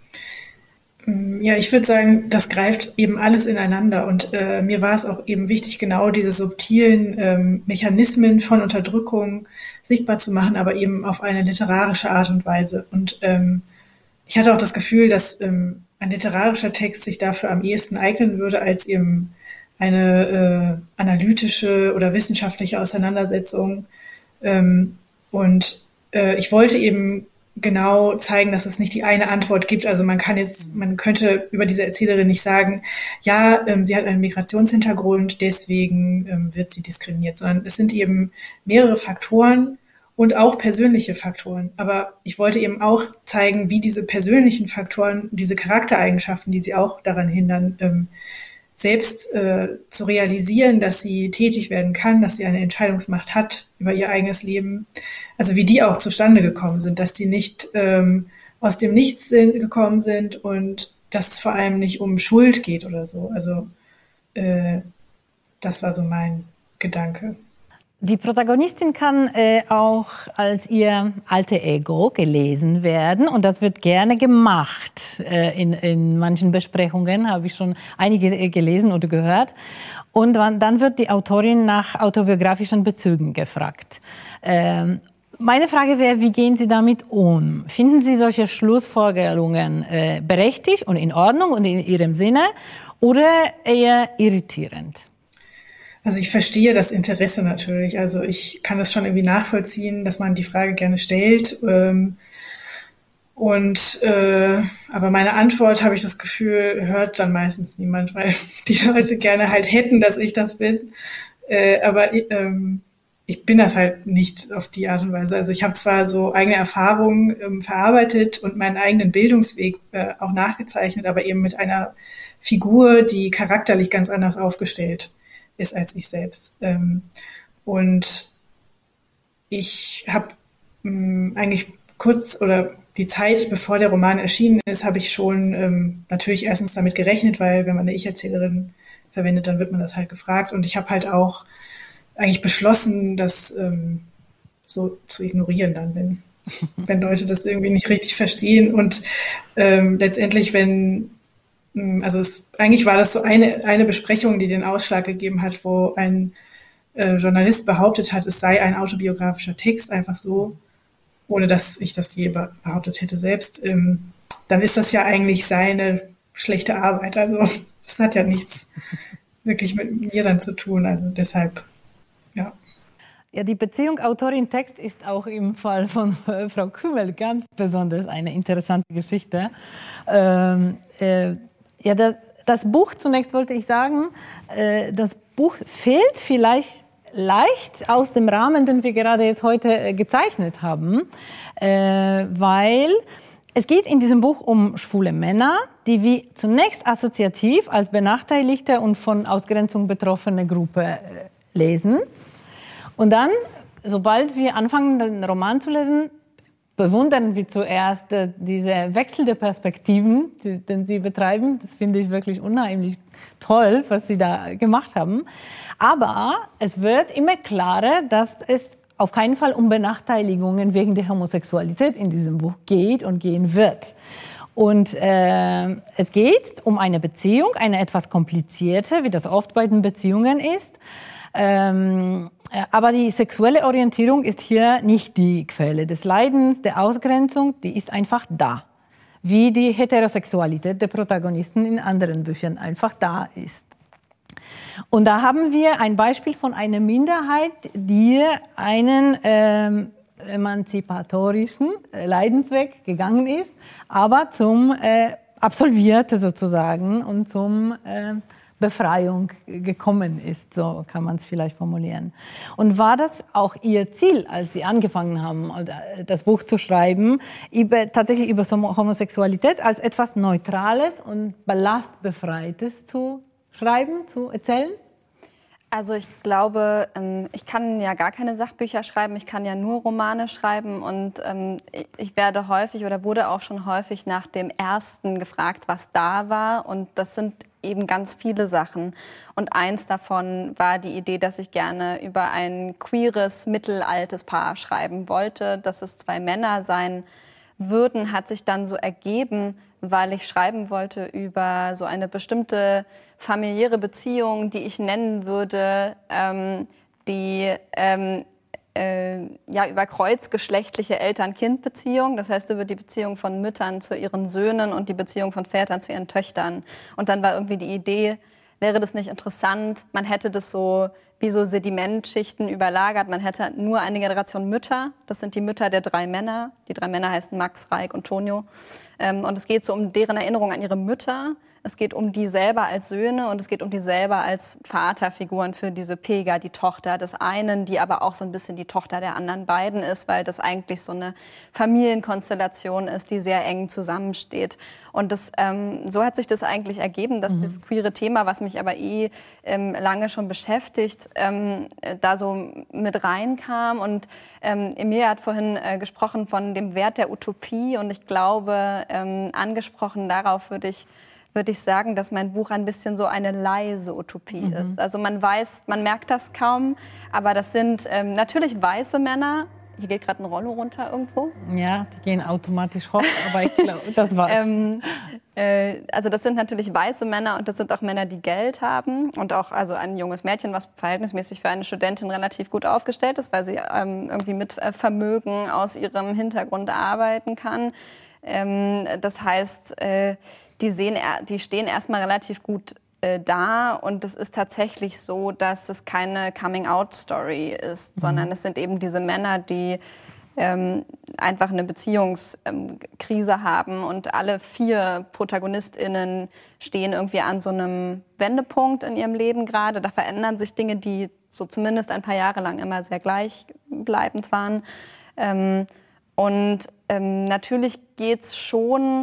Ja, ich würde sagen, das greift eben alles ineinander und mir war es auch eben wichtig, genau diese subtilen Mechanismen von Unterdrückung sichtbar zu machen, aber eben auf eine literarische Art und Weise. Und ich hatte auch das Gefühl, dass ein literarischer Text sich dafür am ehesten eignen würde, als eben eine analytische oder wissenschaftliche Auseinandersetzung. Und ich wollte eben genau zeigen, dass es nicht die eine Antwort gibt. Also man könnte über diese Erzählerin nicht sagen, ja, sie hat einen Migrationshintergrund, deswegen wird sie diskriminiert, sondern es sind eben mehrere Faktoren und auch persönliche Faktoren. Aber ich wollte eben auch zeigen, wie diese persönlichen Faktoren, diese Charaktereigenschaften, die sie auch daran hindern, selbst zu realisieren, dass sie tätig werden kann, dass sie eine Entscheidungsmacht hat über ihr eigenes Leben, also wie die auch zustande gekommen sind, dass die nicht aus dem Nichts gekommen sind und dass es vor allem nicht um Schuld geht oder so. Also das war so mein Gedanke. Die Protagonistin kann auch als ihr alter Ego gelesen werden und das wird gerne gemacht. In manchen Besprechungen habe ich schon einige gelesen oder gehört. Und dann wird die Autorin nach autobiografischen Bezügen gefragt. Meine Frage wäre, wie gehen Sie damit um? Finden Sie solche Schlussfolgerungen berechtigt und in Ordnung und in Ihrem Sinne oder eher irritierend? Also ich verstehe das Interesse natürlich. Also ich kann das schon irgendwie nachvollziehen, dass man die Frage gerne stellt. Aber meine Antwort, habe ich das Gefühl, hört dann meistens niemand, weil die Leute gerne halt hätten, dass ich das bin. Aber ich bin das halt nicht auf die Art und Weise. Also ich habe zwar so eigene Erfahrungen verarbeitet und meinen eigenen Bildungsweg auch nachgezeichnet, aber eben mit einer Figur, die charakterlich ganz anders aufgestellt ist als ich selbst. Und ich habe eigentlich kurz oder die Zeit, bevor der Roman erschienen ist, habe ich schon natürlich erstens damit gerechnet, weil wenn man eine Ich-Erzählerin verwendet, dann wird man das halt gefragt. Und ich habe halt auch eigentlich beschlossen, das so zu ignorieren dann, wenn Leute das irgendwie nicht richtig verstehen. Und letztendlich, eigentlich war das so eine Besprechung, die den Ausschlag gegeben hat, wo ein Journalist behauptet hat, es sei ein autobiografischer Text, einfach so, ohne dass ich das je behauptet hätte selbst, dann ist das ja eigentlich seine schlechte Arbeit. Also das hat ja nichts wirklich mit mir dann zu tun. Also deshalb, ja. Ja, die Beziehung Autorin-Text ist auch im Fall von Frau Kümmel ganz besonders eine interessante Geschichte. Das Buch, zunächst wollte ich sagen, das Buch fehlt vielleicht leicht aus dem Rahmen, den wir gerade jetzt heute gezeichnet haben, weil es geht in diesem Buch um schwule Männer, die wir zunächst assoziativ als benachteiligte und von Ausgrenzung betroffene Gruppe lesen. Und dann, sobald wir anfangen, den Roman zu lesen, bewundern wir zuerst diese Wechsel der Perspektiven, den Sie betreiben. Das finde ich wirklich unheimlich toll, was Sie da gemacht haben. Aber es wird immer klarer, dass es auf keinen Fall um Benachteiligungen wegen der Homosexualität in diesem Buch geht und gehen wird. Und es geht um eine Beziehung, eine etwas komplizierte, wie das oft bei den Beziehungen ist. Aber die sexuelle Orientierung ist hier nicht die Quelle des Leidens, der Ausgrenzung, die ist einfach da. Wie die Heterosexualität der Protagonisten in anderen Büchern einfach da ist. Und da haben wir ein Beispiel von einer Minderheit, die einen emanzipatorischen Leidensweg gegangen ist, aber zum absolvierte sozusagen und zum Befreiung gekommen ist, so kann man es vielleicht formulieren. Und war das auch Ihr Ziel, als Sie angefangen haben, das Buch zu schreiben, tatsächlich über Homosexualität als etwas Neutrales und Ballastbefreites zu schreiben, zu erzählen? Also ich glaube, ich kann ja gar keine Sachbücher schreiben, ich kann ja nur Romane schreiben und ich werde häufig oder wurde auch schon häufig nach dem ersten gefragt, was da war, und das sind eben ganz viele Sachen. Und eins davon war die Idee, dass ich gerne über ein queeres, mittelaltes Paar schreiben wollte, dass es zwei Männer sein würden, hat sich dann so ergeben, weil ich schreiben wollte über so eine bestimmte familiäre Beziehung, die ich nennen würde, über kreuzgeschlechtliche Eltern-Kind-Beziehung, das heißt über die Beziehung von Müttern zu ihren Söhnen und die Beziehung von Vätern zu ihren Töchtern. Und dann war irgendwie die Idee, wäre das nicht interessant, man hätte das so wie so Sedimentschichten überlagert, man hätte nur eine Generation Mütter, das sind die Mütter der drei Männer, die drei Männer heißen Max, Raik und Tonio, und es geht so um deren Erinnerung an ihre Mütter. Es geht um die selber als Söhne und es geht um die selber als Vaterfiguren für diese Pega, die Tochter des einen, die aber auch so ein bisschen die Tochter der anderen beiden ist, weil das eigentlich so eine Familienkonstellation ist, die sehr eng zusammensteht. Und das, so hat sich das eigentlich ergeben, dass das queere Thema, was mich aber lange schon beschäftigt, da so mit reinkam. Und Emilia hat vorhin gesprochen von dem Wert der Utopie und ich glaube, angesprochen darauf würde ich sagen, dass mein Buch ein bisschen so eine leise Utopie ist. Also man merkt das kaum, aber das sind natürlich weiße Männer. Hier geht gerade ein Rollo runter irgendwo. Ja, die gehen automatisch hoch, aber ich glaube, das war's. Also das sind natürlich weiße Männer und das sind auch Männer, die Geld haben und auch also ein junges Mädchen, was verhältnismäßig für eine Studentin relativ gut aufgestellt ist, weil sie irgendwie mit Vermögen aus ihrem Hintergrund arbeiten kann. Das heißt, die stehen erstmal relativ gut da und es ist tatsächlich so, dass es keine Coming-out-Story ist, sondern es sind eben diese Männer, die einfach eine Beziehungskrise haben und alle 4 ProtagonistInnen stehen irgendwie an so einem Wendepunkt in ihrem Leben gerade. Da verändern sich Dinge, die so zumindest ein paar Jahre lang immer sehr gleichbleibend waren. Und natürlich geht's schon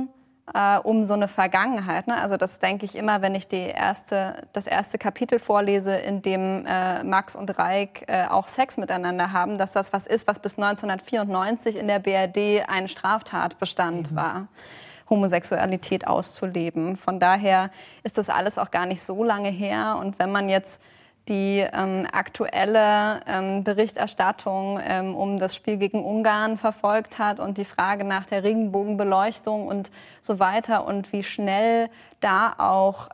um so eine Vergangenheit. Ne? Also das denke ich immer, wenn ich das erste Kapitel vorlese, in dem Max und Raik auch Sex miteinander haben, dass das was ist, was bis 1994 in der BRD ein Straftatbestand war, Homosexualität auszuleben. Von daher ist das alles auch gar nicht so lange her. Und wenn man jetzt die aktuelle Berichterstattung um das Spiel gegen Ungarn verfolgt hat und die Frage nach der Regenbogenbeleuchtung und so weiter und wie schnell da auch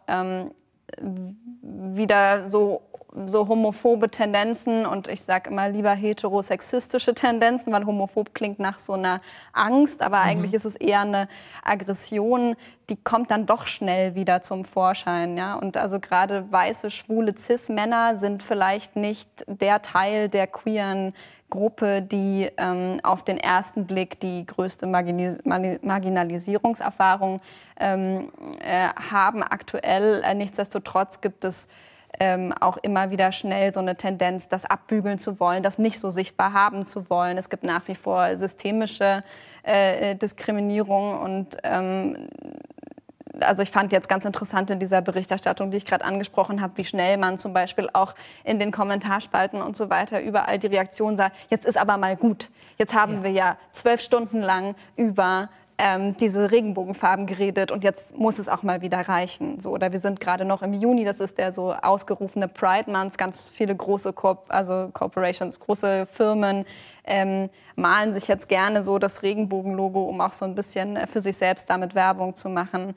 wieder so homophobe Tendenzen und ich sage immer lieber heterosexistische Tendenzen, weil homophob klingt nach so einer Angst, aber eigentlich ist es eher eine Aggression, die kommt dann doch schnell wieder zum Vorschein. Ja? Und also gerade weiße, schwule Cis-Männer sind vielleicht nicht der Teil der queeren Gruppe, die auf den ersten Blick die größte Marginalisierungserfahrung haben aktuell. Nichtsdestotrotz gibt es auch immer wieder schnell so eine Tendenz, das abbügeln zu wollen, das nicht so sichtbar haben zu wollen. Es gibt nach wie vor systemische Diskriminierung und also ich fand jetzt ganz interessant in dieser Berichterstattung, die ich gerade angesprochen habe, wie schnell man zum Beispiel auch in den Kommentarspalten und so weiter überall die Reaktion sah, jetzt ist aber mal gut. Jetzt haben wir ja 12 Stunden lang über diese Regenbogenfarben geredet und jetzt muss es auch mal wieder reichen. So, oder wir sind gerade noch im Juni, das ist der so ausgerufene Pride Month, ganz viele große Corporations, große Firmen malen sich jetzt gerne so das Regenbogenlogo, um auch so ein bisschen für sich selbst damit Werbung zu machen,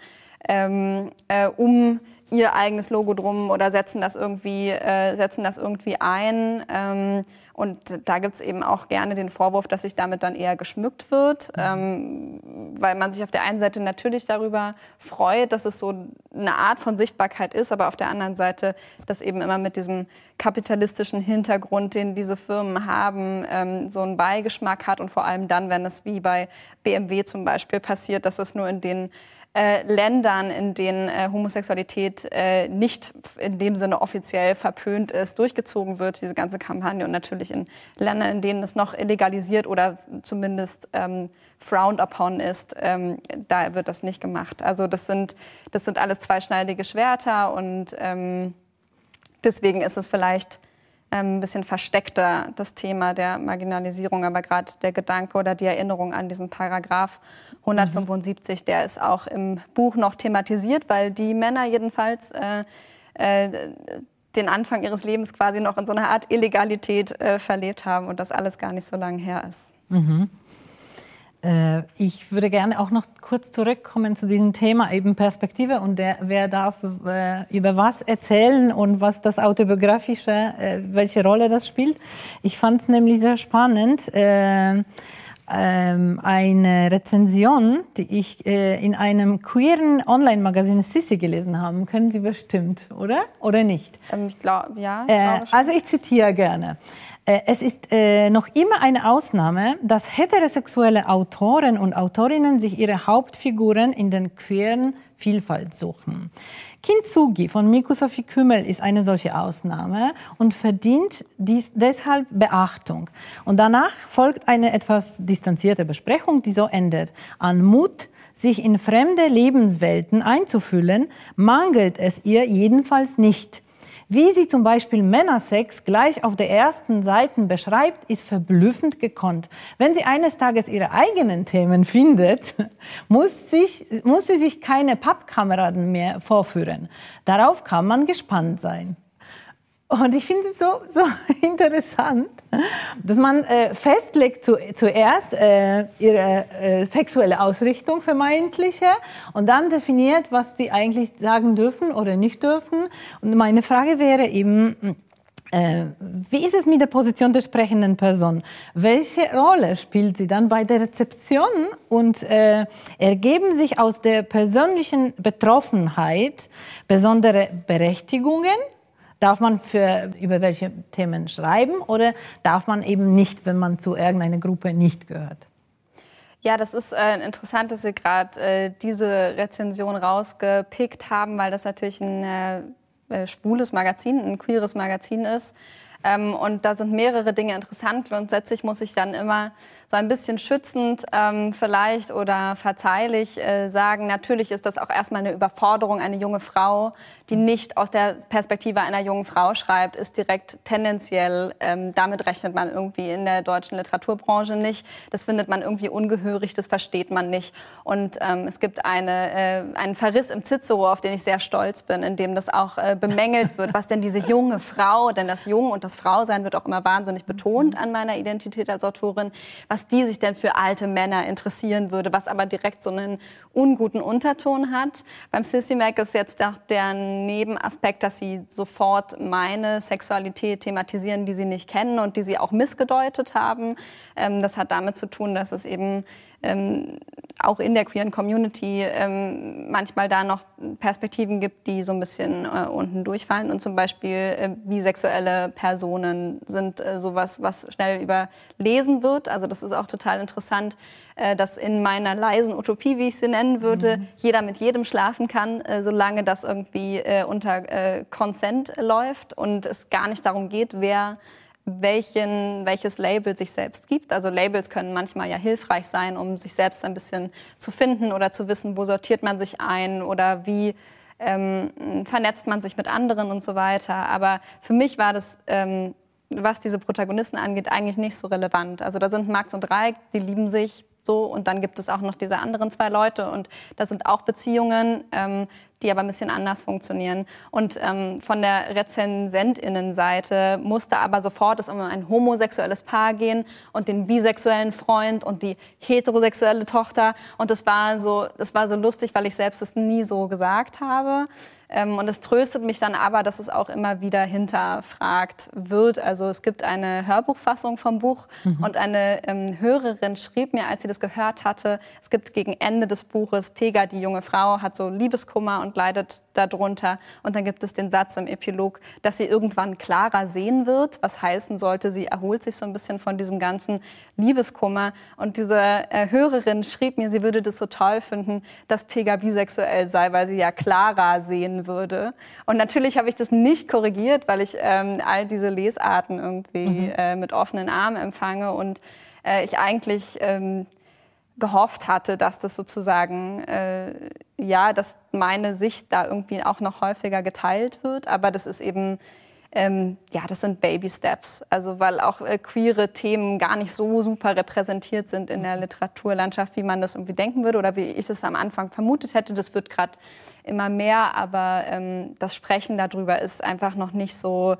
um ihr eigenes Logo drum oder setzen das irgendwie ein. Und da gibt's eben auch gerne den Vorwurf, dass sich damit dann eher geschmückt wird, weil man sich auf der einen Seite natürlich darüber freut, dass es so eine Art von Sichtbarkeit ist, aber auf der anderen Seite das eben immer mit diesem kapitalistischen Hintergrund, den diese Firmen haben, so einen Beigeschmack hat und vor allem dann, wenn es wie bei BMW zum Beispiel passiert, dass es nur in den Ländern, in denen Homosexualität nicht in dem Sinne offiziell verpönt ist, durchgezogen wird, diese ganze Kampagne. Und natürlich in Ländern, in denen es noch illegalisiert oder zumindest frowned upon ist, da wird das nicht gemacht. Also das sind alles zweischneidige Schwerter und deswegen ist es vielleicht ein bisschen versteckter, das Thema der Marginalisierung, aber gerade der Gedanke oder die Erinnerung an diesen Paragraph 175, der ist auch im Buch noch thematisiert, weil die Männer jedenfalls den Anfang ihres Lebens quasi noch in so einer Art Illegalität verlebt haben und das alles gar nicht so lange her ist. Ich würde gerne auch noch kurz zurückkommen zu diesem Thema eben Perspektive und wer darf über was erzählen und was das Autobiografische, welche Rolle das spielt. Ich fand es nämlich sehr spannend, eine Rezension, die ich in einem queeren Online-Magazin Sissi gelesen habe. Kennen Sie bestimmt, oder? Oder nicht? Ich glaube, ja. Also ich zitiere gerne. Es ist noch immer eine Ausnahme, dass heterosexuelle Autoren und Autorinnen sich ihre Hauptfiguren in den queeren Vielfalt suchen. Kintsugi von Miku Sophie Kümmel ist eine solche Ausnahme und verdient deshalb Beachtung. Und danach folgt eine etwas distanzierte Besprechung, die so endet. An Mut, sich in fremde Lebenswelten einzufühlen, mangelt es ihr jedenfalls nicht. Wie sie zum Beispiel Männersex gleich auf der ersten Seite beschreibt, ist verblüffend gekonnt. Wenn sie eines Tages ihre eigenen Themen findet, muss sie sich keine Pappkameraden mehr vorführen. Darauf kann man gespannt sein. Und ich finde es so interessant, dass man festlegt zuerst ihre sexuelle Ausrichtung, vermeintliche, und dann definiert, was sie eigentlich sagen dürfen oder nicht dürfen. Und meine Frage wäre eben, wie ist es mit der Position der sprechenden Person? Welche Rolle spielt sie dann bei der Rezeption? Und ergeben sich aus der persönlichen Betroffenheit besondere Berechtigungen? Darf man über welche Themen schreiben oder darf man eben nicht, wenn man zu irgendeiner Gruppe nicht gehört? Ja, das ist interessant, dass Sie gerade diese Rezension rausgepickt haben, weil das natürlich ein schwules Magazin, ein queeres Magazin ist. Und da sind mehrere Dinge interessant. Grundsätzlich muss ich dann immer so ein bisschen schützend vielleicht oder verzeihlich sagen, natürlich ist das auch erstmal eine Überforderung. Eine junge Frau, die nicht aus der Perspektive einer jungen Frau schreibt, ist direkt tendenziell, damit rechnet man irgendwie in der deutschen Literaturbranche nicht. Das findet man irgendwie ungehörig, das versteht man nicht. Und es gibt einen Verriss im Cicero, auf den ich sehr stolz bin, in dem das auch bemängelt wird, was denn diese junge Frau, denn das Jung und das Frausein wird auch immer wahnsinnig betont an meiner Identität als Autorin, was die sich denn für alte Männer interessieren würde, was aber direkt so einen unguten Unterton hat. Beim Sissy-Mac ist jetzt auch der Nebenaspekt, dass sie sofort meine Sexualität thematisieren, die sie nicht kennen und die sie auch missgedeutet haben. Das hat damit zu tun, dass es eben auch in der queeren Community manchmal da noch Perspektiven gibt, die so ein bisschen unten durchfallen. Und zum Beispiel bisexuelle Personen sind sowas, was schnell überlesen wird. Also das ist auch total interessant, dass in meiner leisen Utopie, wie ich sie nennen würde, jeder mit jedem schlafen kann, solange das irgendwie unter Consent läuft und es gar nicht darum geht, welches Label sich selbst gibt. Also Labels können manchmal ja hilfreich sein, um sich selbst ein bisschen zu finden oder zu wissen, wo sortiert man sich ein oder wie vernetzt man sich mit anderen und so weiter. Aber für mich war das, was diese Protagonisten angeht, eigentlich nicht so relevant. Also da sind Max und Raik, die lieben sich so und dann gibt es auch noch diese anderen zwei Leute und da sind auch Beziehungen, die aber ein bisschen anders funktionieren. Und von der RezensentInnenseite musste aber sofort es um ein homosexuelles Paar gehen und den bisexuellen Freund und die heterosexuelle Tochter. Und das war so lustig, weil ich selbst es nie so gesagt habe. Und es tröstet mich dann aber, dass es auch immer wieder hinterfragt wird. Also es gibt eine Hörbuchfassung vom Buch und eine Hörerin schrieb mir, als sie das gehört hatte, es gibt gegen Ende des Buches, Pega, die junge Frau, hat so Liebeskummer und leidet darunter. Und dann gibt es den Satz im Epilog, dass sie irgendwann klarer sehen wird, was heißen sollte, sie erholt sich so ein bisschen von diesem ganzen Liebeskummer. Und diese Hörerin schrieb mir, sie würde das so toll finden, dass Pega bisexuell sei, weil sie ja klarer sehen würde. Und natürlich habe ich das nicht korrigiert, weil ich all diese Lesarten irgendwie mit offenen Armen empfange und ich eigentlich gehofft hatte, dass das sozusagen, dass meine Sicht da irgendwie auch noch häufiger geteilt wird. Aber das ist eben, das sind Baby Steps. Also weil auch queere Themen gar nicht so super repräsentiert sind in der Literaturlandschaft, wie man das irgendwie denken würde oder wie ich es am Anfang vermutet hätte. Das wird gerade immer mehr, aber das Sprechen darüber ist einfach noch nicht so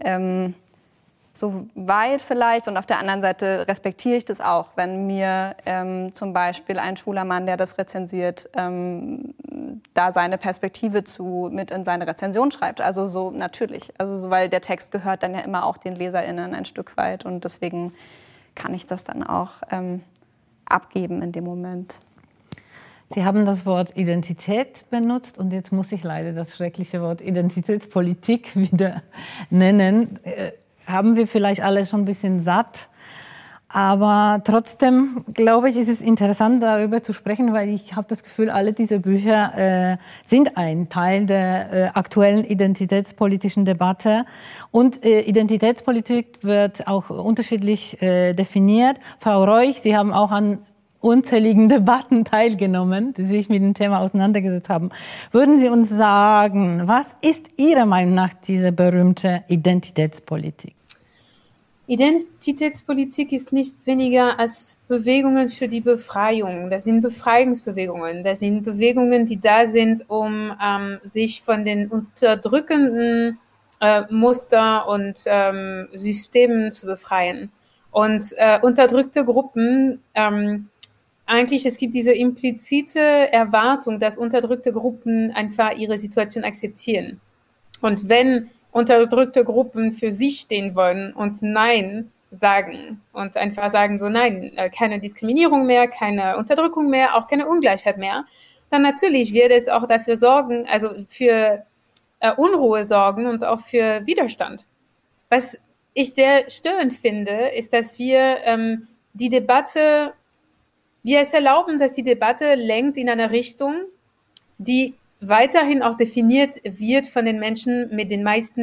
weit vielleicht. Und auf der anderen Seite respektiere ich das auch, wenn mir zum Beispiel ein schwuler Mann, der das rezensiert, da seine Perspektive mit in seine Rezension schreibt. Also so natürlich. Also so, weil der Text gehört dann ja immer auch den LeserInnen ein Stück weit. Und deswegen kann ich das dann auch abgeben in dem Moment. Sie haben das Wort Identität benutzt und jetzt muss ich leider das schreckliche Wort Identitätspolitik wieder nennen. Haben wir vielleicht alle schon ein bisschen satt. Aber trotzdem, glaube ich, ist es interessant, darüber zu sprechen, weil ich habe das Gefühl, alle diese Bücher sind ein Teil der aktuellen identitätspolitischen Debatte. Und Identitätspolitik wird auch unterschiedlich definiert. Frau Reuch, Sie haben auch an unzähligen Debatten teilgenommen, die sich mit dem Thema auseinandergesetzt haben. Würden Sie uns sagen, was ist Ihrer Meinung nach diese berühmte Identitätspolitik? Identitätspolitik ist nichts weniger als Bewegungen für die Befreiung. Das sind Befreiungsbewegungen. Das sind Bewegungen, die da sind, um sich von den unterdrückenden Muster und Systemen zu befreien. Und unterdrückte Gruppen, eigentlich, es gibt diese implizite Erwartung, dass unterdrückte Gruppen einfach ihre Situation akzeptieren. Und wenn unterdrückte Gruppen für sich stehen wollen und Nein sagen und einfach sagen so, nein, keine Diskriminierung mehr, keine Unterdrückung mehr, auch keine Ungleichheit mehr, dann natürlich wird es auch dafür sorgen, also für Unruhe sorgen und auch für Widerstand. Was ich sehr störend finde, ist, dass wir die Debatte, wir es erlauben, dass die Debatte lenkt in eine Richtung, die weiterhin auch definiert wird von den Menschen mit den meisten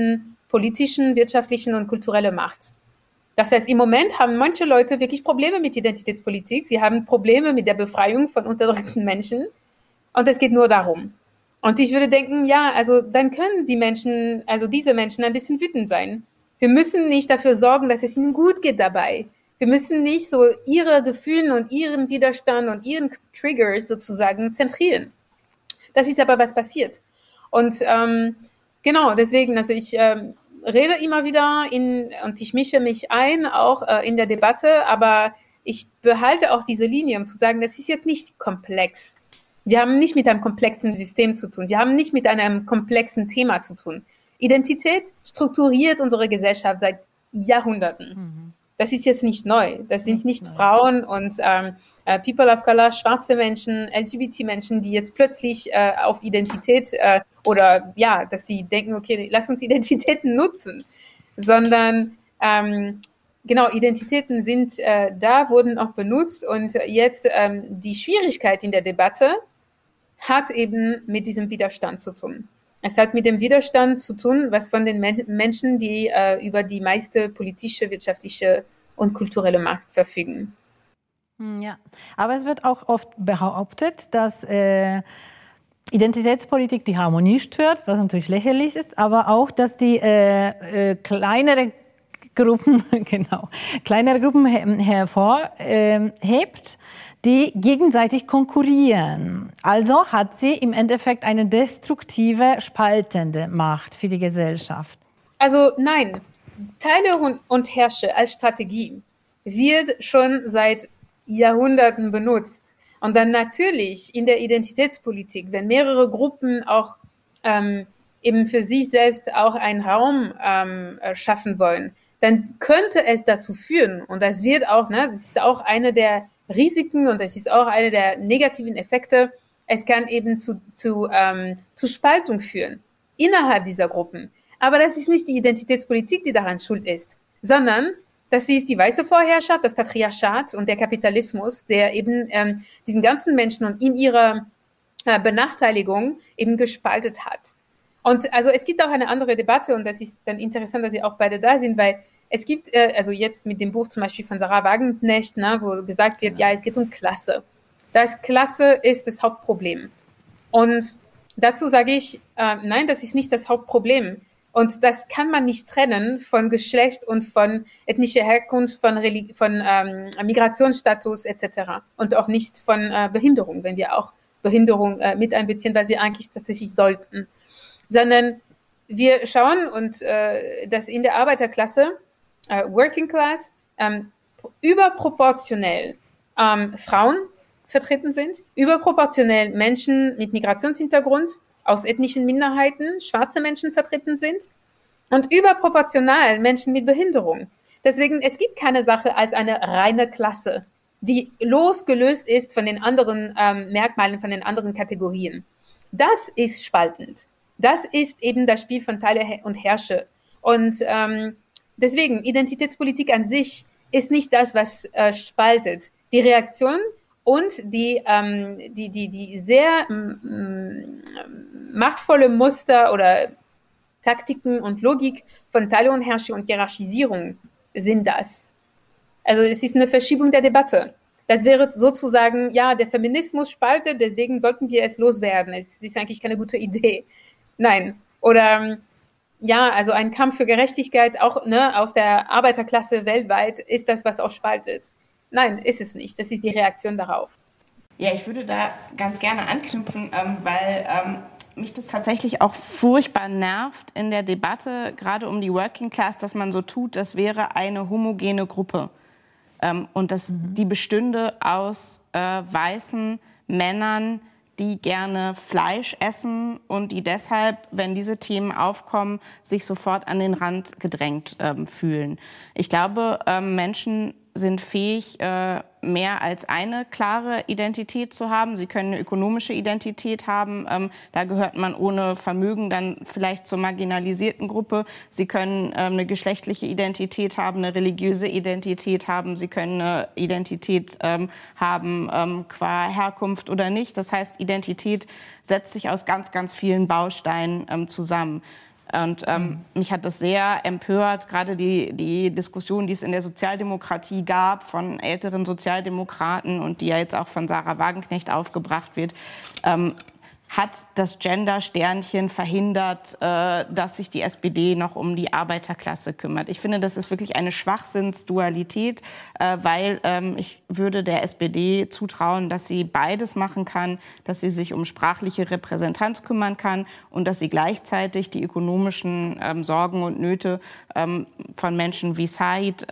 politischen, wirtschaftlichen und kulturellen Macht. Das heißt, im Moment haben manche Leute wirklich Probleme mit Identitätspolitik. Sie haben Probleme mit der Befreiung von unterdrückten Menschen. Und es geht nur darum. Und ich würde denken, ja, also dann können diese Menschen ein bisschen wütend sein. Wir müssen nicht dafür sorgen, dass es ihnen gut geht dabei. Wir müssen nicht so ihre Gefühle und ihren Widerstand und ihren Triggers sozusagen zentrieren. Das ist aber, was passiert. Und genau, deswegen, also ich rede immer wieder und ich mische mich ein, auch in der Debatte, aber ich behalte auch diese Linie, um zu sagen, das ist jetzt nicht komplex. Wir haben nicht mit einem komplexen System zu tun. Wir haben nicht mit einem komplexen Thema zu tun. Identität strukturiert unsere Gesellschaft seit Jahrhunderten. Das ist jetzt nicht neu. Das sind nicht Frauen und People of Color, schwarze Menschen, LGBT-Menschen, die jetzt plötzlich auf Identität oder ja, dass sie denken, okay, lass uns Identitäten nutzen, sondern genau, Identitäten sind da, wurden auch benutzt und jetzt die Schwierigkeit in der Debatte hat eben mit diesem Widerstand zu tun. Es hat mit dem Widerstand zu tun, was von den Menschen, die über die meiste politische, wirtschaftliche und kulturelle Macht verfügen. Ja, aber es wird auch oft behauptet, dass Identitätspolitik die Harmonie stört, was natürlich lächerlich ist, aber auch, dass die kleinere Gruppen hervorhebt, die gegenseitig konkurrieren. Also hat sie im Endeffekt eine destruktive, spaltende Macht für die Gesellschaft. Also nein, Teile und Herrsche als Strategie wird schon seit Jahrhunderten benutzt. Und dann natürlich in der Identitätspolitik, wenn mehrere Gruppen auch eben für sich selbst auch einen Raum schaffen wollen, dann könnte es dazu führen, und das wird auch, das ist auch eine der Risiken und das ist auch eine der negativen Effekte, es kann eben zu Spaltung führen innerhalb dieser Gruppen. Aber das ist nicht die Identitätspolitik, die daran schuld ist, sondern das ist die weiße Vorherrschaft, das Patriarchat und der Kapitalismus, der eben diesen ganzen Menschen und in ihrer Benachteiligung eben gespaltet hat. Und also es gibt auch eine andere Debatte und das ist dann interessant, dass Sie auch beide da sind, weil es gibt, also jetzt mit dem Buch zum Beispiel von Sarah Wagenknecht, wo gesagt wird, ja, es geht um Klasse. Das Klasse ist das Hauptproblem. Und dazu sage ich, nein, das ist nicht das Hauptproblem. Und das kann man nicht trennen von Geschlecht und von ethnischer Herkunft, von Migrationsstatus etc. Und auch nicht von Behinderung, wenn wir auch Behinderung mit einbeziehen, was wir eigentlich tatsächlich sollten. Sondern wir schauen und dass in der Arbeiterklasse, Working Class, überproportionell Frauen vertreten sind, überproportionell Menschen mit Migrationshintergrund aus ethnischen Minderheiten, schwarze Menschen vertreten sind und überproportional Menschen mit Behinderung. Deswegen, es gibt keine Sache als eine reine Klasse, die losgelöst ist von den anderen Merkmalen, von den anderen Kategorien. Das ist spaltend. Das ist eben das Spiel von Teile und Herrsche. Und deswegen, Identitätspolitik an sich ist nicht das, was spaltet. Die Reaktion und die sehr machtvolle Muster oder Taktiken und Logik von Teile und Herrsche und Hierarchisierung sind das. Also es ist eine Verschiebung der Debatte. Das wäre sozusagen, ja, der Feminismus spaltet, deswegen sollten wir es loswerden. Es ist eigentlich keine gute Idee. Nein. Oder ja, also ein Kampf für Gerechtigkeit auch aus der Arbeiterklasse weltweit ist das, was auch spaltet. Nein, ist es nicht. Das ist die Reaktion darauf. Ja, ich würde da ganz gerne anknüpfen, weil mich das tatsächlich auch furchtbar nervt in der Debatte, gerade um die Working Class, dass man so tut, das wäre eine homogene Gruppe. Und dass die bestünde aus weißen Männern, die gerne Fleisch essen und die deshalb, wenn diese Themen aufkommen, sich sofort an den Rand gedrängt fühlen. Ich glaube, Menschen sind fähig, mehr als eine klare Identität zu haben. Sie können eine ökonomische Identität haben. Da gehört man ohne Vermögen dann vielleicht zur marginalisierten Gruppe. Sie können eine geschlechtliche Identität haben, eine religiöse Identität haben. Sie können eine Identität haben, qua Herkunft oder nicht. Das heißt, Identität setzt sich aus ganz, ganz vielen Bausteinen zusammen. Und mich hat das sehr empört, gerade die Diskussion, die es in der Sozialdemokratie gab, von älteren Sozialdemokraten und die ja jetzt auch von Sarah Wagenknecht aufgebracht wird, hat das Gender-Sternchen verhindert, dass sich die SPD noch um die Arbeiterklasse kümmert. Ich finde, das ist wirklich eine Schwachsinnsdualität, weil ich würde der SPD zutrauen, dass sie beides machen kann, dass sie sich um sprachliche Repräsentanz kümmern kann und dass sie gleichzeitig die ökonomischen Sorgen und Nöte von Menschen wie Said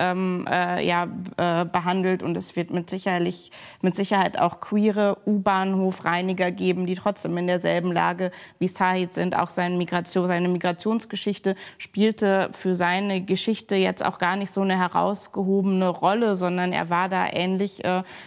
behandelt. Und es wird mit Sicherheit auch queere U-Bahnhofreiniger geben, die trotzdem in derselben Lage wie Said sind. Auch seine Migrationsgeschichte spielte für seine Geschichte jetzt auch gar nicht so eine herausgehobene Rolle, sondern er war da ähnlich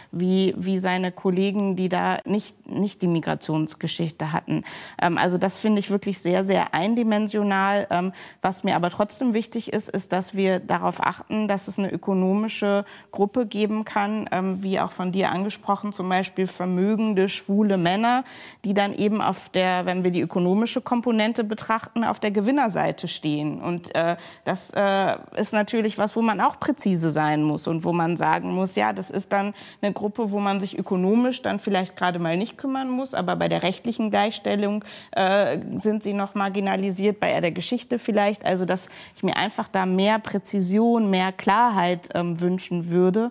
wie seine Kollegen, die da nicht die Migrationsgeschichte hatten. Also das finde ich wirklich sehr, sehr eindimensional. Was mir aber trotzdem wichtig ist, dass wir darauf achten, dass es eine ökonomische Gruppe geben kann, wie auch von dir angesprochen, zum Beispiel vermögende, schwule Männer, die dann eben wenn wir die ökonomische Komponente betrachten, auf der Gewinnerseite stehen. Und das ist natürlich was, wo man auch präzise sein muss und wo man sagen muss, ja, das ist dann eine Gruppe, wo man sich ökonomisch dann vielleicht gerade mal nicht kümmern muss, aber bei der rechtlichen Gleichstellung sind sie noch marginalisiert, bei der Geschichte vielleicht. Also dass ich mir einfach da mehr Präzision, mehr Klarheit wünschen würde.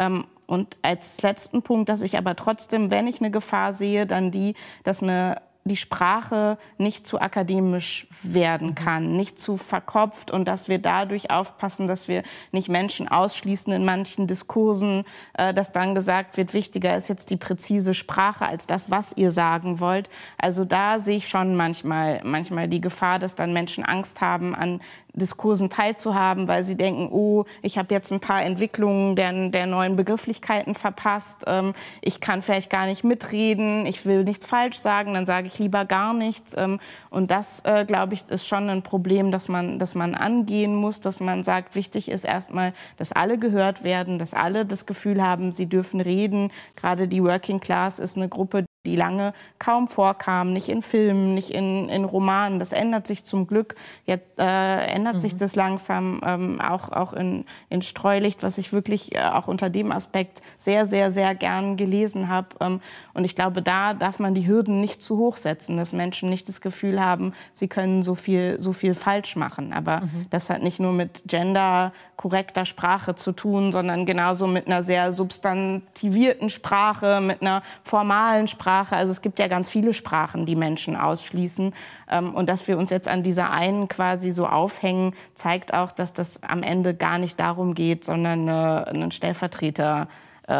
Und als letzten Punkt, dass ich aber trotzdem, wenn ich eine Gefahr sehe, dann dass die Sprache nicht zu akademisch werden kann, nicht zu verkopft und dass wir dadurch aufpassen, dass wir nicht Menschen ausschließen in manchen Diskursen, dass dann gesagt wird, wichtiger ist jetzt die präzise Sprache als das, was ihr sagen wollt. Also da sehe ich schon manchmal die Gefahr, dass dann Menschen Angst haben, an Diskursen teilzuhaben, weil sie denken, oh, ich habe jetzt ein paar Entwicklungen der neuen Begrifflichkeiten verpasst, ich kann vielleicht gar nicht mitreden, ich will nichts falsch sagen, dann sage ich lieber gar nichts. Und das, glaube ich, ist schon ein Problem, das man angehen muss, dass man sagt, wichtig ist erstmal, dass alle gehört werden, dass alle das Gefühl haben, sie dürfen reden. Gerade die Working Class ist eine Gruppe, die lange kaum vorkam, nicht in Filmen, nicht in Romanen. Das ändert sich zum Glück. Jetzt ändert sich das langsam, auch in Streulicht, was ich wirklich auch unter dem Aspekt sehr, sehr, sehr gern gelesen habe. Und ich glaube, da darf man die Hürden nicht zu hoch setzen, dass Menschen nicht das Gefühl haben, sie können so viel falsch machen. Aber das hat nicht nur mit genderkorrekter Sprache zu tun, sondern genauso mit einer sehr substantivierten Sprache, mit einer formalen Sprache. Also es gibt ja ganz viele Sprachen, die Menschen ausschließen. Und dass wir uns jetzt an dieser einen quasi so aufhängen, zeigt auch, dass das am Ende gar nicht darum geht, sondern ein Stellvertreter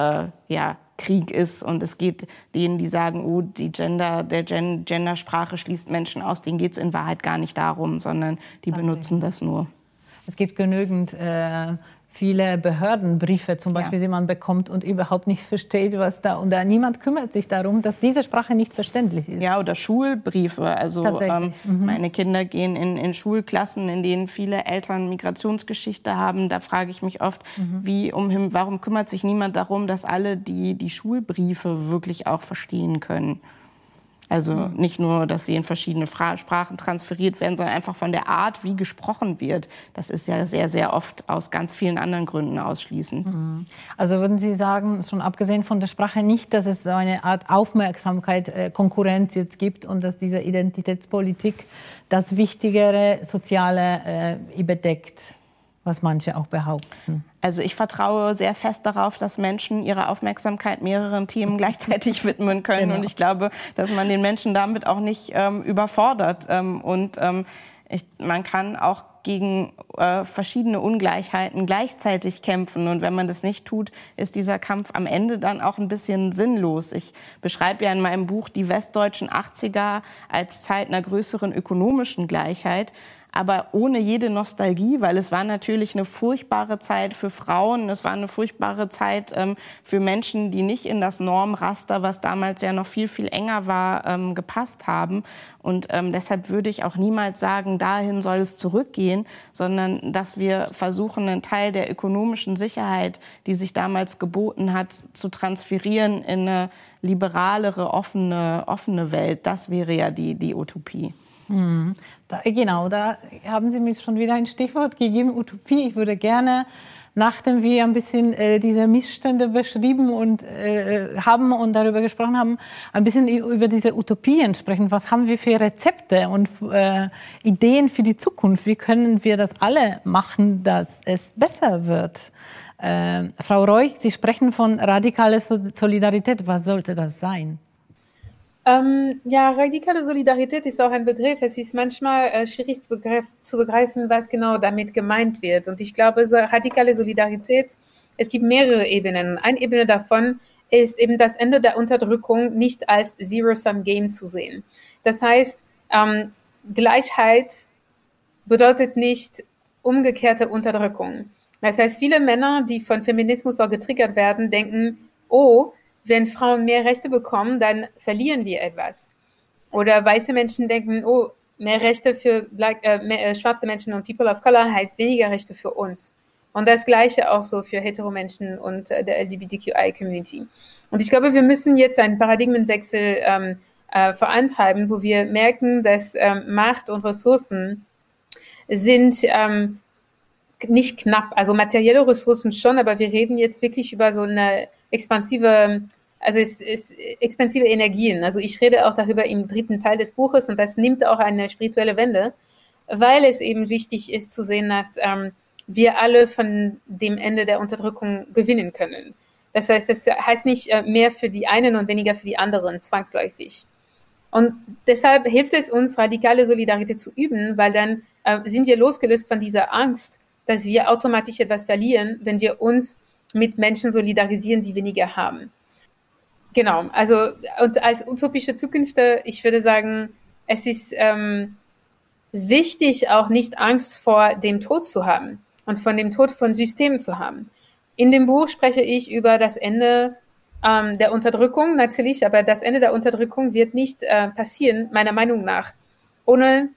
Krieg ist. Und es geht denen, die sagen, oh, Gendersprache schließt Menschen aus, denen geht es in Wahrheit gar nicht darum, sondern die benutzen das nur. Es gibt genügend viele Behördenbriefe zum Beispiel, die man bekommt und überhaupt nicht versteht, was da, und niemand kümmert sich darum, dass diese Sprache nicht verständlich ist. Ja, oder Schulbriefe. Also meine Kinder gehen in Schulklassen, in denen viele Eltern Migrationsgeschichte haben. Da frage ich mich oft, warum kümmert sich niemand darum, dass alle die Schulbriefe wirklich auch verstehen können? Also nicht nur, dass sie in verschiedene Sprachen transferiert werden, sondern einfach von der Art, wie gesprochen wird. Das ist ja sehr, sehr oft aus ganz vielen anderen Gründen ausschließend. Also würden Sie sagen, schon abgesehen von der Sprache, nicht, dass es so eine Art Aufmerksamkeit, Konkurrenz jetzt gibt und dass diese Identitätspolitik das wichtigere Soziale überdeckt, was manche auch behaupten? Also ich vertraue sehr fest darauf, dass Menschen ihre Aufmerksamkeit mehreren Themen gleichzeitig widmen können. Genau. Und ich glaube, dass man den Menschen damit auch nicht überfordert. Man kann auch gegen verschiedene Ungleichheiten gleichzeitig kämpfen. Und wenn man das nicht tut, ist dieser Kampf am Ende dann auch ein bisschen sinnlos. Ich beschreibe ja in meinem Buch die westdeutschen 80er als Zeit einer größeren ökonomischen Gleichheit. Aber ohne jede Nostalgie, weil es war natürlich eine furchtbare Zeit für Frauen, es war eine furchtbare Zeit für Menschen, die nicht in das Normraster, was damals ja noch viel, viel enger war, gepasst haben. Und deshalb würde ich auch niemals sagen, dahin soll es zurückgehen, sondern dass wir versuchen, einen Teil der ökonomischen Sicherheit, die sich damals geboten hat, zu transferieren in eine liberalere, offene Welt. Das wäre ja die Utopie. Da haben Sie mir schon wieder ein Stichwort gegeben, Utopie. Ich würde gerne, nachdem wir ein bisschen diese Missstände beschrieben und haben und darüber gesprochen haben, ein bisschen über diese Utopien sprechen. Was haben wir für Rezepte und Ideen für die Zukunft? Wie können wir das alle machen, dass es besser wird? Frau Roig, Sie sprechen von radikaler Solidarität. Was sollte das sein? Radikale Solidarität ist auch ein Begriff. Es ist manchmal schwierig zu begreifen, was genau damit gemeint wird. Und ich glaube, so radikale Solidarität, es gibt mehrere Ebenen. Eine Ebene davon ist eben das Ende der Unterdrückung nicht als Zero-Sum-Game zu sehen. Das heißt, Gleichheit bedeutet nicht umgekehrte Unterdrückung. Das heißt, viele Männer, die von Feminismus auch getriggert werden, denken, wenn Frauen mehr Rechte bekommen, dann verlieren wir etwas. Oder weiße Menschen denken, mehr Rechte für schwarze Menschen und People of Color heißt weniger Rechte für uns. Und das Gleiche auch so für Heteromenschen und der LGBTQI-Community. Und ich glaube, wir müssen jetzt einen Paradigmenwechsel vorantreiben, wo wir merken, dass Macht und Ressourcen sind nicht knapp. Also materielle Ressourcen schon, aber wir reden jetzt wirklich über so eine expansive Energien. Also ich rede auch darüber im 3. Teil des Buches und das nimmt auch eine spirituelle Wende, weil es eben wichtig ist zu sehen, dass wir alle von dem Ende der Unterdrückung gewinnen können. Das heißt, das heißt nicht mehr für die einen und weniger für die anderen zwangsläufig. Und deshalb hilft es uns, radikale Solidarität zu üben, weil dann sind wir losgelöst von dieser Angst, dass wir automatisch etwas verlieren, wenn wir uns mit Menschen solidarisieren, die weniger haben. Genau, also und als utopische Zukünfte, ich würde sagen, es ist wichtig, auch nicht Angst vor dem Tod zu haben und von dem Tod von Systemen zu haben. In dem Buch spreche ich über das Ende der Unterdrückung natürlich, aber das Ende der Unterdrückung wird nicht passieren, meiner Meinung nach, ohne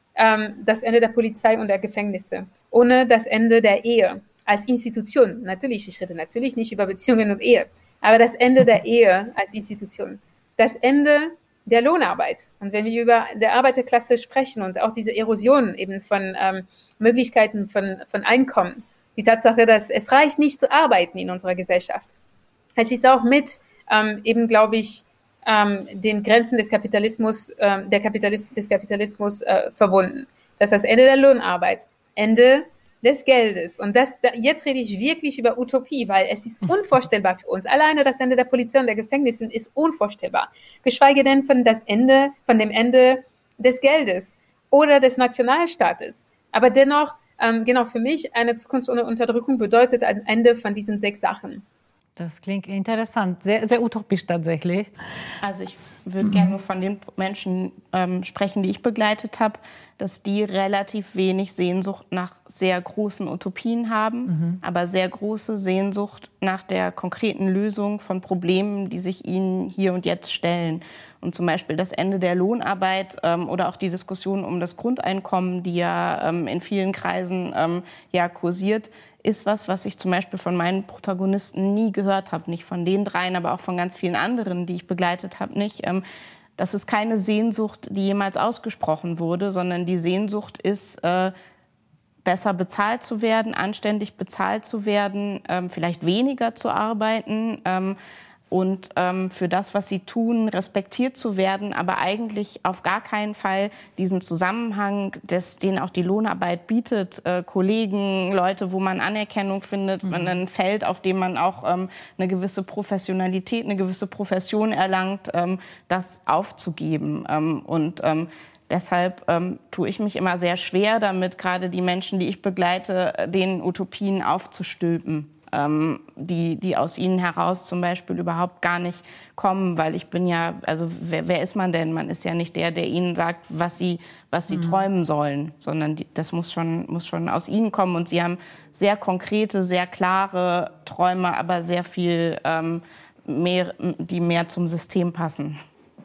das Ende der Polizei und der Gefängnisse, ohne das Ende der Ehe als Institution. Natürlich, ich rede natürlich nicht über Beziehungen und Ehe, aber das Ende der Ehe als Institution, das Ende der Lohnarbeit. Und wenn wir über der Arbeiterklasse sprechen und auch diese Erosion eben von Möglichkeiten von Einkommen, die Tatsache, dass es reicht, nicht zu arbeiten in unserer Gesellschaft. Es ist auch mit eben, glaube ich, den Grenzen des Kapitalismus, des Kapitalismus verbunden. Das ist das Ende der Lohnarbeit, Ende des Geldes. Und jetzt rede ich wirklich über Utopie, weil es ist unvorstellbar für uns. Alleine das Ende der Polizei und der Gefängnisse ist unvorstellbar. Geschweige denn von dem Ende des Geldes oder des Nationalstaates. Aber dennoch, genau für mich, eine Zukunft ohne Unterdrückung bedeutet ein Ende von diesen 6 Sachen. Das klingt interessant, sehr, sehr utopisch tatsächlich. Also ich würde gerne von den Menschen sprechen, die ich begleitet habe, dass die relativ wenig Sehnsucht nach sehr großen Utopien haben, aber sehr große Sehnsucht nach der konkreten Lösung von Problemen, die sich ihnen hier und jetzt stellen. Und zum Beispiel das Ende der Lohnarbeit oder auch die Diskussion um das Grundeinkommen, die ja in vielen Kreisen kursiert, ist was ich zum Beispiel von meinen Protagonisten nie gehört habe. Nicht von den 3, aber auch von ganz vielen anderen, die ich begleitet habe, nicht. Das ist keine Sehnsucht, die jemals ausgesprochen wurde, sondern die Sehnsucht ist, besser bezahlt zu werden, anständig bezahlt zu werden, vielleicht weniger zu arbeiten und für das, was sie tun, respektiert zu werden, aber eigentlich auf gar keinen Fall diesen Zusammenhang, den auch die Lohnarbeit bietet, Kollegen, Leute, wo man Anerkennung findet, ein Feld, auf dem man auch eine gewisse Professionalität, eine gewisse Profession erlangt, das aufzugeben. Deshalb tue ich mich immer sehr schwer damit, gerade die Menschen, die ich begleite, den Utopien aufzustülpen. Die aus ihnen heraus zum Beispiel überhaupt gar nicht kommen, weil ich bin ja, also wer ist man denn? Man ist ja nicht der ihnen sagt, was sie träumen sollen, sondern das muss schon aus ihnen kommen. Und sie haben sehr konkrete, sehr klare Träume, aber sehr viel die mehr zum System passen.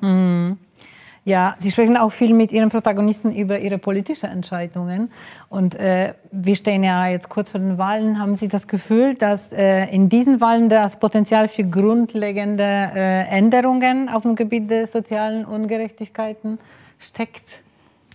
Ja, Sie sprechen auch viel mit Ihren Protagonisten über ihre politischen Entscheidungen. Und wir stehen ja jetzt kurz vor den Wahlen. Haben Sie das Gefühl, dass in diesen Wahlen das Potenzial für grundlegende Änderungen auf dem Gebiet der sozialen Ungerechtigkeiten steckt?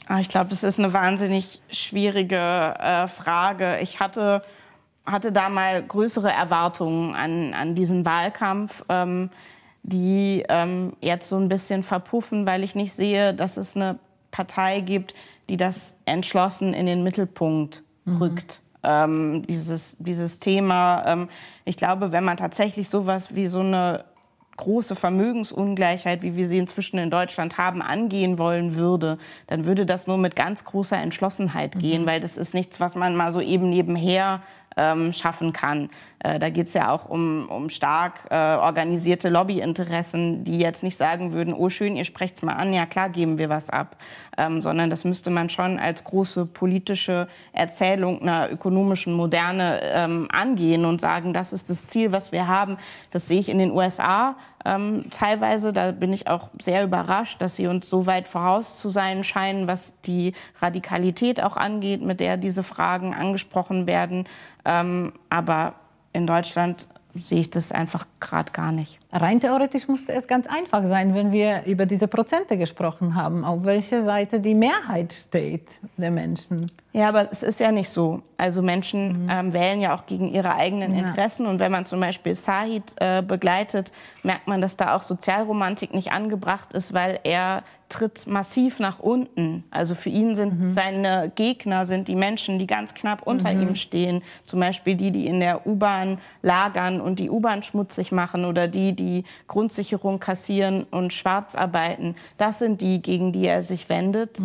Ich glaube, das ist eine wahnsinnig schwierige Frage. Ich hatte da mal größere Erwartungen an diesen Wahlkampf, die jetzt so ein bisschen verpuffen, weil ich nicht sehe, dass es eine Partei gibt, die das entschlossen in den Mittelpunkt rückt. Dieses Thema, ich glaube, wenn man tatsächlich sowas wie so eine große Vermögensungleichheit, wie wir sie inzwischen in Deutschland haben, angehen wollen würde, dann würde das nur mit ganz großer Entschlossenheit gehen, weil das ist nichts, was man mal so eben nebenher schaffen kann. Da geht es ja auch um stark organisierte Lobbyinteressen, die jetzt nicht sagen würden, oh schön, ihr sprecht's mal an, ja klar geben wir was ab. Sondern das müsste man schon als große politische Erzählung einer ökonomischen Moderne angehen und sagen, das ist das Ziel, was wir haben. Das sehe ich in den USA teilweise. Da bin ich auch sehr überrascht, dass sie uns so weit voraus zu sein scheinen, was die Radikalität auch angeht, mit der diese Fragen angesprochen werden. Aber in Deutschland sehe ich das einfach gerade gar nicht. Rein theoretisch musste es ganz einfach sein, wenn wir über diese Prozente gesprochen haben, auf welcher Seite die Mehrheit steht der Menschen. Ja, aber es ist ja nicht so. Also Menschen wählen ja auch gegen ihre eigenen Interessen. Und wenn man zum Beispiel Said begleitet, merkt man, dass da auch Sozialromantik nicht angebracht ist, weil er tritt massiv nach unten. Also für ihn sind seine Gegner sind die Menschen, die ganz knapp unter ihm stehen. Zum Beispiel die in der U-Bahn lagern und die U-Bahn schmutzig machen oder die Grundsicherung kassieren und schwarz arbeiten. Das sind die, gegen die er sich wendet.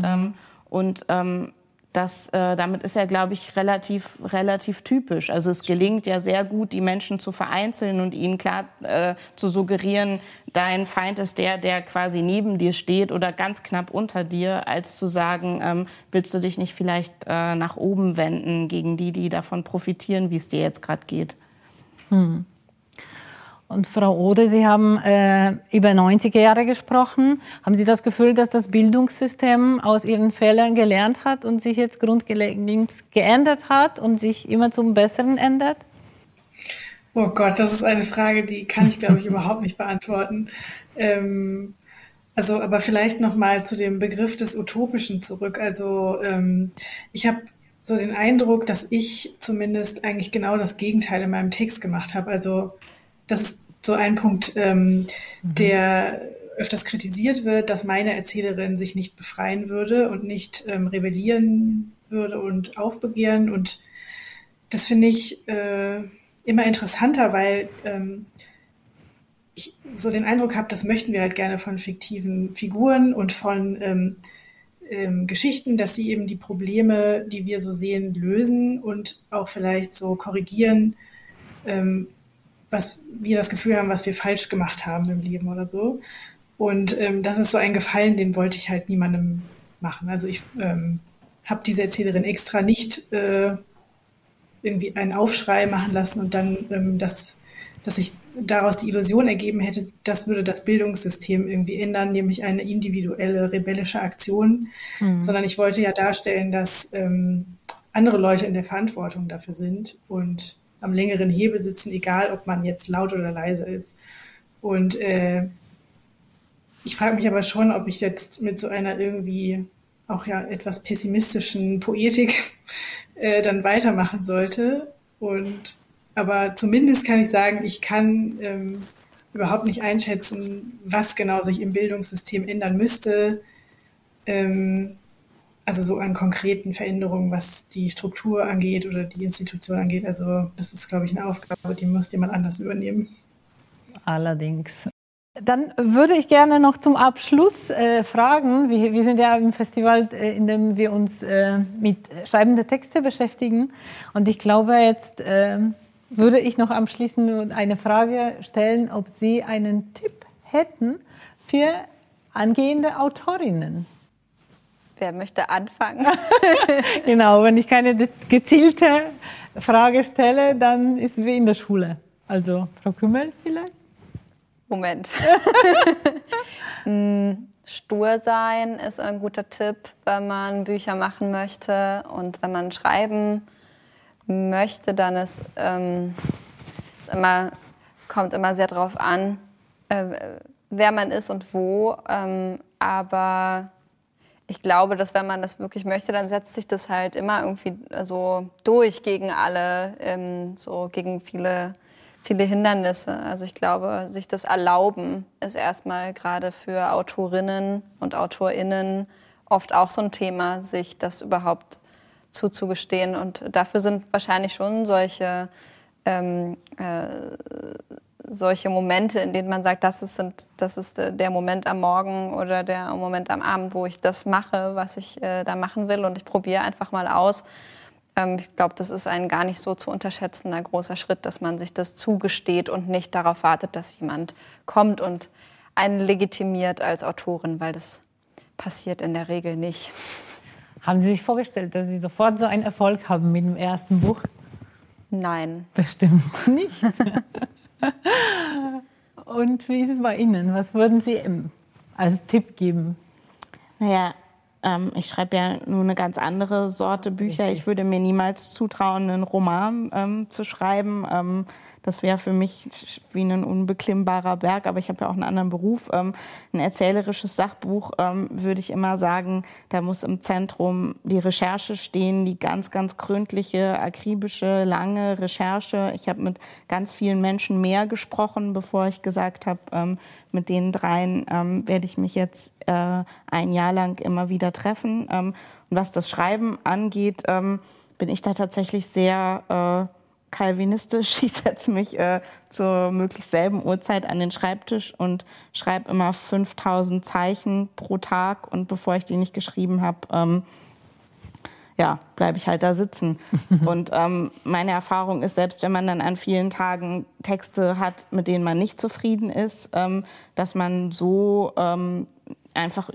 Damit ist er, glaube ich, relativ typisch. Also es gelingt ja sehr gut, die Menschen zu vereinzeln und ihnen klar zu suggerieren, dein Feind ist der quasi neben dir steht oder ganz knapp unter dir, als zu sagen, willst du dich nicht vielleicht nach oben wenden gegen die davon profitieren, wie es dir jetzt gerade geht. Und Frau Ode, Sie haben über 90er Jahre gesprochen. Haben Sie das Gefühl, dass das Bildungssystem aus Ihren Fehlern gelernt hat und sich jetzt grundlegend geändert hat und sich immer zum Besseren ändert? Oh Gott, das ist eine Frage, die kann ich, glaube ich, überhaupt nicht beantworten. Aber vielleicht noch mal zu dem Begriff des Utopischen zurück. Also ich habe so den Eindruck, dass ich zumindest eigentlich genau das Gegenteil in meinem Text gemacht habe. Also das ist so ein Punkt, der öfters kritisiert wird, dass meine Erzählerin sich nicht befreien würde und nicht rebellieren würde und aufbegehren. Und das finde ich immer interessanter, weil ich so den Eindruck habe, das möchten wir halt gerne von fiktiven Figuren und von Geschichten, dass sie eben die Probleme, die wir so sehen, lösen und auch vielleicht so korrigieren, was wir das Gefühl haben, was wir falsch gemacht haben im Leben oder so. Und das ist so ein Gefallen, den wollte ich halt niemandem machen. Also ich habe diese Erzählerin extra nicht irgendwie einen Aufschrei machen lassen und dann, dass sich daraus die Illusion ergeben hätte, das würde das Bildungssystem irgendwie ändern, nämlich eine individuelle rebellische Aktion, sondern ich wollte ja darstellen, dass andere Leute in der Verantwortung dafür sind und am längeren Hebel sitzen, egal ob man jetzt laut oder leise ist. Und ich frage mich aber schon, ob ich jetzt mit so einer irgendwie auch ja etwas pessimistischen Poetik dann weitermachen sollte. Aber zumindest kann ich sagen, ich kann überhaupt nicht einschätzen, was genau sich im Bildungssystem ändern müsste. Also so an konkreten Veränderungen, was die Struktur angeht oder die Institution angeht. Also das ist, glaube ich, eine Aufgabe, die muss jemand anders übernehmen. Allerdings. Dann würde ich gerne noch zum Abschluss fragen, wir sind ja im Festival, in dem wir uns mit schreibenden Texten beschäftigen. Und ich glaube, jetzt würde ich noch abschließend eine Frage stellen, ob Sie einen Tipp hätten für angehende Autorinnen. Wer möchte anfangen? Genau, wenn ich keine gezielte Frage stelle, dann ist es wie in der Schule. Also Frau Kümmel vielleicht? Moment. Stur sein ist ein guter Tipp, wenn man Bücher machen möchte. Und wenn man schreiben möchte, dann kommt immer sehr darauf an, wer man ist und wo. Aber ich glaube, dass wenn man das wirklich möchte, dann setzt sich das halt immer irgendwie so durch gegen alle, so gegen viele Hindernisse. Also ich glaube, sich das erlauben ist erstmal gerade für Autorinnen und AutorInnen oft auch so ein Thema, sich das überhaupt zuzugestehen. Und dafür sind wahrscheinlich schon solche Momente, in denen man sagt, das ist der Moment am Morgen oder der Moment am Abend, wo ich das mache, was ich da machen will, und ich probiere einfach mal aus. Ich glaube, das ist ein gar nicht so zu unterschätzender großer Schritt, dass man sich das zugesteht und nicht darauf wartet, dass jemand kommt und einen legitimiert als Autorin, weil das passiert in der Regel nicht. Haben Sie sich vorgestellt, dass Sie sofort so einen Erfolg haben mit dem ersten Buch? Nein. Bestimmt nicht. Und wie ist es bei Ihnen? Was würden Sie als Tipp geben? Naja, ich schreibe ja nur eine ganz andere Sorte Bücher. Ich würde mir niemals zutrauen, einen Roman zu schreiben. Das wäre für mich wie ein unbeklimmbarer Berg, aber ich habe ja auch einen anderen Beruf. Ein erzählerisches Sachbuch, würde ich immer sagen, da muss im Zentrum die Recherche stehen, die ganz, ganz gründliche, akribische, lange Recherche. Ich habe mit ganz vielen Menschen mehr gesprochen, bevor ich gesagt habe, mit den dreien werde ich mich jetzt ein Jahr lang immer wieder treffen. Und was das Schreiben angeht, bin ich da tatsächlich sehr kalvinistisch. Ich setze mich zur möglichst selben Uhrzeit an den Schreibtisch und schreibe immer 5000 Zeichen pro Tag. Und bevor ich die nicht geschrieben habe, bleibe ich halt da sitzen. Und meine Erfahrung ist, selbst wenn man dann an vielen Tagen Texte hat, mit denen man nicht zufrieden ist, dass man so einfach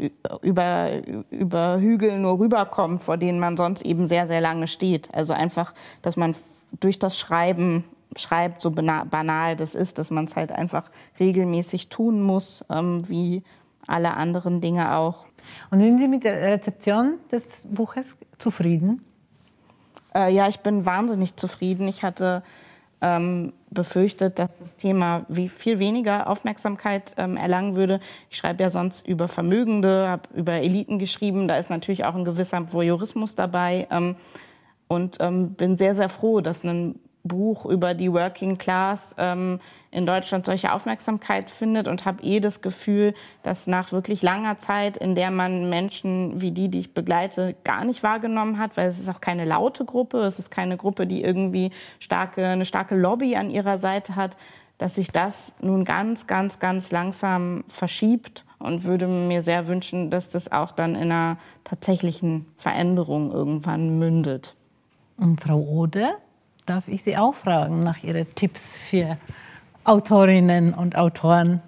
über Hügel nur rüberkommt, vor denen man sonst eben sehr, sehr lange steht. Also einfach, dass man durch das Schreiben schreibt, so banal das ist, dass man es halt einfach regelmäßig tun muss, wie alle anderen Dinge auch. Und sind Sie mit der Rezeption des Buches zufrieden? Ja, ich bin wahnsinnig zufrieden. Ich hatte befürchtet, dass das Thema viel weniger Aufmerksamkeit erlangen würde. Ich schreibe ja sonst über Vermögende, habe über Eliten geschrieben. Da ist natürlich auch ein gewisser Voyeurismus dabei. Und bin sehr, sehr froh, dass ein Buch über die Working Class in Deutschland solche Aufmerksamkeit findet, und habe das Gefühl, dass nach wirklich langer Zeit, in der man Menschen wie die ich begleite, gar nicht wahrgenommen hat, weil es ist auch keine laute Gruppe, es ist keine Gruppe, die irgendwie eine starke Lobby an ihrer Seite hat, dass sich das nun ganz, ganz, ganz langsam verschiebt, und würde mir sehr wünschen, dass das auch dann in einer tatsächlichen Veränderung irgendwann mündet. Und Frau Ode, darf ich Sie auch fragen nach Ihren Tipps für Autorinnen und Autoren?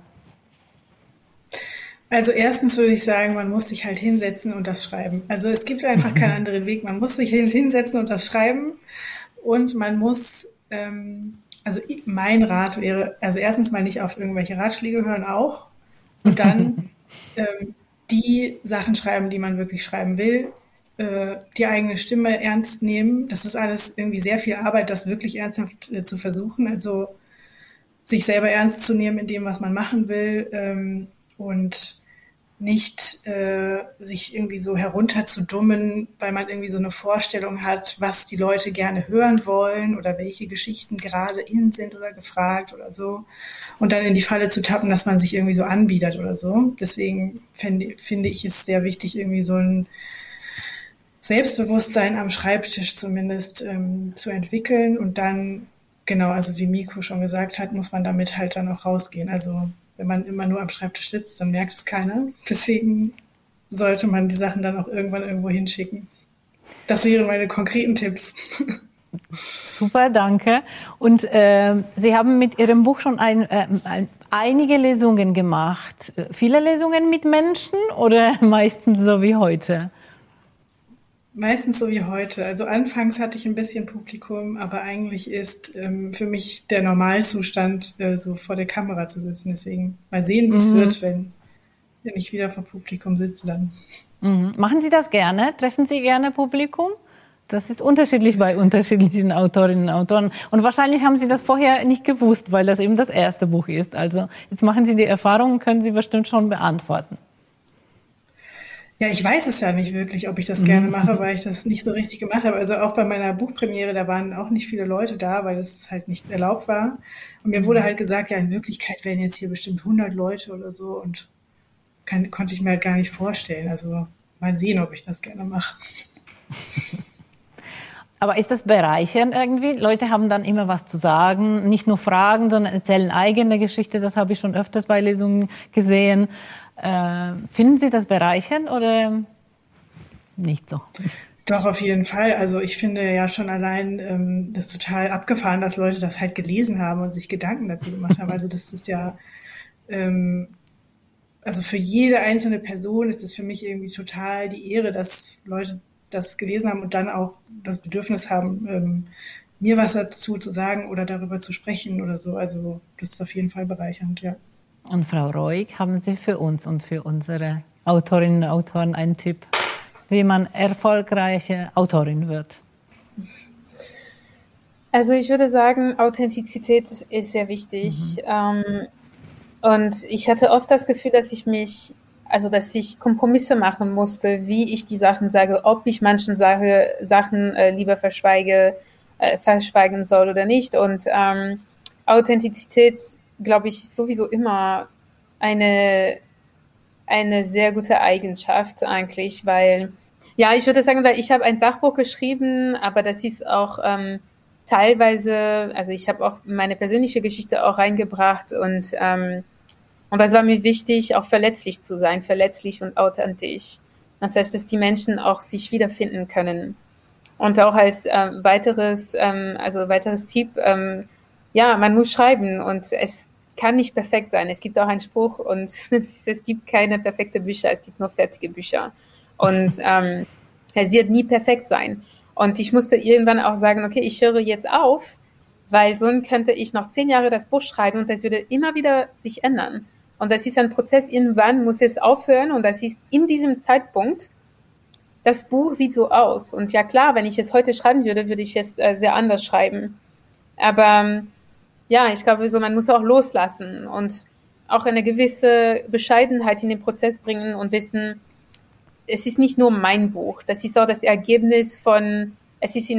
Also erstens würde ich sagen, man muss sich halt hinsetzen und das schreiben. Also es gibt einfach keinen anderen Weg. Man muss sich hinsetzen und das schreiben, und man muss, mein Rat wäre, also erstens mal nicht auf irgendwelche Ratschläge hören auch, und dann die Sachen schreiben, die man wirklich schreiben will, die eigene Stimme ernst nehmen. Das ist alles irgendwie sehr viel Arbeit, das wirklich ernsthaft zu versuchen. Also sich selber ernst zu nehmen in dem, was man machen will, und nicht sich irgendwie so herunterzudummen, weil man irgendwie so eine Vorstellung hat, was die Leute gerne hören wollen oder welche Geschichten gerade in sind oder gefragt oder so. Und dann in die Falle zu tappen, dass man sich irgendwie so anbietet oder so. Deswegen finde ich es sehr wichtig, irgendwie so ein Selbstbewusstsein am Schreibtisch zumindest zu entwickeln, und dann, genau, also wie Miko schon gesagt hat, muss man damit halt dann auch rausgehen. Also wenn man immer nur am Schreibtisch sitzt, dann merkt es keiner. Deswegen sollte man die Sachen dann auch irgendwann irgendwo hinschicken. Das wären meine konkreten Tipps. Super, danke. Und Sie haben mit Ihrem Buch schon einige Lesungen gemacht. Viele Lesungen mit Menschen oder meistens so wie heute? Meistens so wie heute. Also anfangs hatte ich ein bisschen Publikum, aber eigentlich ist für mich der Normalzustand, so vor der Kamera zu sitzen. Deswegen mal sehen, wie es wird, wenn ich wieder vor Publikum sitze dann. Machen Sie das gerne? Treffen Sie gerne Publikum? Das ist unterschiedlich bei unterschiedlichen Autorinnen und Autoren. Und wahrscheinlich haben Sie das vorher nicht gewusst, weil das eben das erste Buch ist. Also jetzt machen Sie die Erfahrung und können Sie bestimmt schon beantworten. Ja, ich weiß es ja nicht wirklich, ob ich das gerne mache, weil ich das nicht so richtig gemacht habe. Also auch bei meiner Buchpremiere, da waren auch nicht viele Leute da, weil es halt nicht erlaubt war. Und mir wurde halt gesagt, ja, in Wirklichkeit wären jetzt hier bestimmt 100 Leute oder so und konnte ich mir halt gar nicht vorstellen. Also mal sehen, ob ich das gerne mache. Aber ist das bereichernd irgendwie? Leute haben dann immer was zu sagen, nicht nur Fragen, sondern erzählen eigene Geschichte. Das habe ich schon öfters bei Lesungen gesehen. Finden Sie das bereichernd oder nicht so? Doch, auf jeden Fall. Also ich finde ja schon allein das total abgefahren, dass Leute das halt gelesen haben und sich Gedanken dazu gemacht haben. Also das ist ja, also für jede einzelne Person ist es für mich irgendwie total die Ehre, dass Leute das gelesen haben und dann auch das Bedürfnis haben, mir was dazu zu sagen oder darüber zu sprechen oder so. Also das ist auf jeden Fall bereichernd, ja. Und Frau Roig, haben Sie für uns und für unsere Autorinnen und Autoren einen Tipp, wie man erfolgreiche Autorin wird? Also ich würde sagen, Authentizität ist sehr wichtig. Und ich hatte oft das Gefühl, dass ich Kompromisse machen musste, wie ich die Sachen sage, ob ich manchen Sachen lieber verschweigen soll oder nicht. Und Authentizität, glaube ich, ist sowieso immer eine sehr gute Eigenschaft eigentlich, weil, ja, ich würde sagen, weil ich habe ein Sachbuch geschrieben, aber das ist auch teilweise, also ich habe auch meine persönliche Geschichte auch reingebracht und das war mir wichtig, auch verletzlich zu sein, verletzlich und authentisch. Das heißt, dass die Menschen auch sich wiederfinden können. Und auch als weiteres Tipp, ja, man muss schreiben und es kann nicht perfekt sein. Es gibt auch einen Spruch und es gibt keine perfekten Bücher, es gibt nur fertige Bücher. Und es wird nie perfekt sein. Und ich musste irgendwann auch sagen, okay, ich höre jetzt auf, weil sonst könnte ich noch 10 Jahre das Buch schreiben und das würde immer wieder sich ändern. Und das ist ein Prozess, irgendwann muss es aufhören und das ist in diesem Zeitpunkt, das Buch sieht so aus. Und ja klar, wenn ich es heute schreiben würde, würde ich es sehr anders schreiben. Aber ja, ich glaube, so man muss auch loslassen und auch eine gewisse Bescheidenheit in den Prozess bringen und wissen, es ist nicht nur mein Buch, das ist auch das Ergebnis von, es ist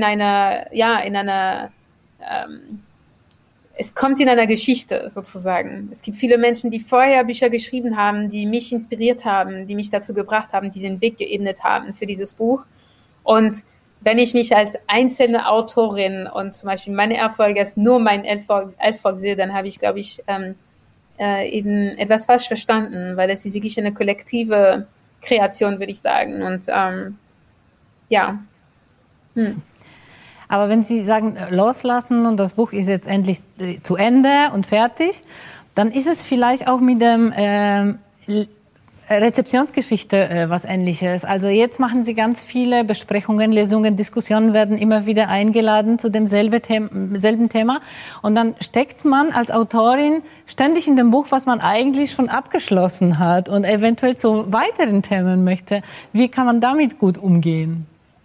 es kommt in einer Geschichte sozusagen. Es gibt viele Menschen, die vorher Bücher geschrieben haben, die mich inspiriert haben, die mich dazu gebracht haben, die den Weg geebnet haben für dieses Buch. Und wenn ich mich als einzelne Autorin und zum Beispiel meine Erfolge als nur mein Erfolg sehe, dann habe ich, glaube ich, eben etwas falsch verstanden, weil es ist wirklich eine kollektive Kreation, würde ich sagen. Und ja. Aber wenn Sie sagen, loslassen und das Buch ist jetzt endlich zu Ende und fertig, dann ist es vielleicht auch mit dem Rezeptionsgeschichte was Ähnliches. Also jetzt machen Sie ganz viele Besprechungen, Lesungen, Diskussionen, werden immer wieder eingeladen zu demselben Thema. Und dann steckt man als Autorin ständig in dem Buch, was man eigentlich schon abgeschlossen hat und eventuell zu weiteren Themen möchte. Wie kann man damit gut umgehen?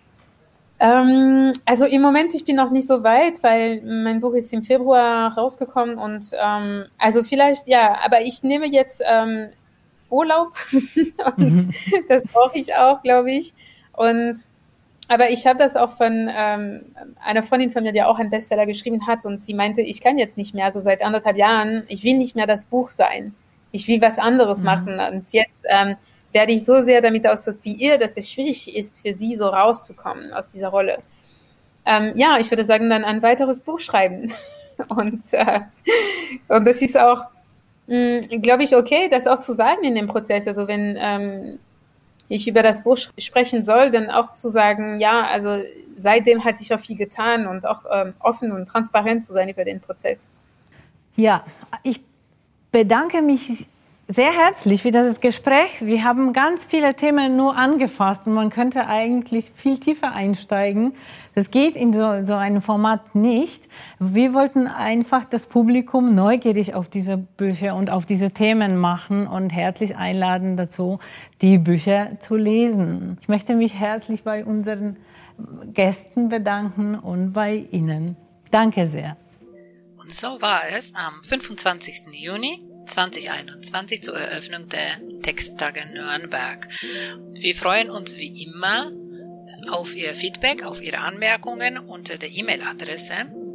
Also im Moment, ich bin noch nicht so weit, weil mein Buch ist im Februar rausgekommen und also vielleicht, ja, aber ich nehme jetzt Urlaub und das brauche ich auch, glaube ich. Aber ich habe das auch von einer Freundin von mir, die auch einen Bestseller geschrieben hat und sie meinte, ich kann jetzt nicht mehr, so seit 1,5 Jahren, ich will nicht mehr das Buch sein. Ich will was anderes machen und jetzt werde ich so sehr damit assoziiert, dass es schwierig ist, für sie so rauszukommen aus dieser Rolle. Ja, ich würde sagen, dann ein weiteres Buch schreiben. Und das ist auch, glaube ich, okay, das auch zu sagen in dem Prozess. Also wenn ich über das Buch sprechen soll, dann auch zu sagen, ja, also seitdem hat sich auch viel getan und auch offen und transparent zu sein über den Prozess. Ja, ich bedanke mich sehr herzlich für das Gespräch. Wir haben ganz viele Themen nur angefasst und man könnte eigentlich viel tiefer einsteigen. Das geht in so einem Format nicht. Wir wollten einfach das Publikum neugierig auf diese Bücher und auf diese Themen machen und herzlich einladen dazu, die Bücher zu lesen. Ich möchte mich herzlich bei unseren Gästen bedanken und bei Ihnen. Danke sehr. Und so war es am 25. Juni 2021 zur Eröffnung der Texttage Nürnberg. Wir freuen uns wie immer auf Ihr Feedback, auf Ihre Anmerkungen unter der E-Mail-Adresse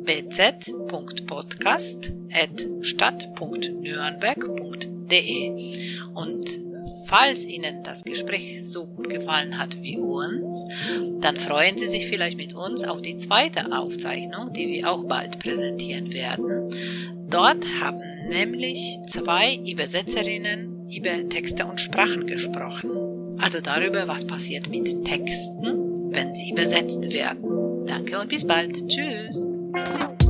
bz.podcast@stadt.nürnberg.de. Und falls Ihnen das Gespräch so gut gefallen hat wie uns, dann freuen Sie sich vielleicht mit uns auf die zweite Aufzeichnung, die wir auch bald präsentieren werden. Dort haben nämlich 2 Übersetzerinnen über Texte und Sprachen gesprochen. Also darüber, was passiert mit Texten, wenn sie übersetzt werden. Danke und bis bald. Tschüss.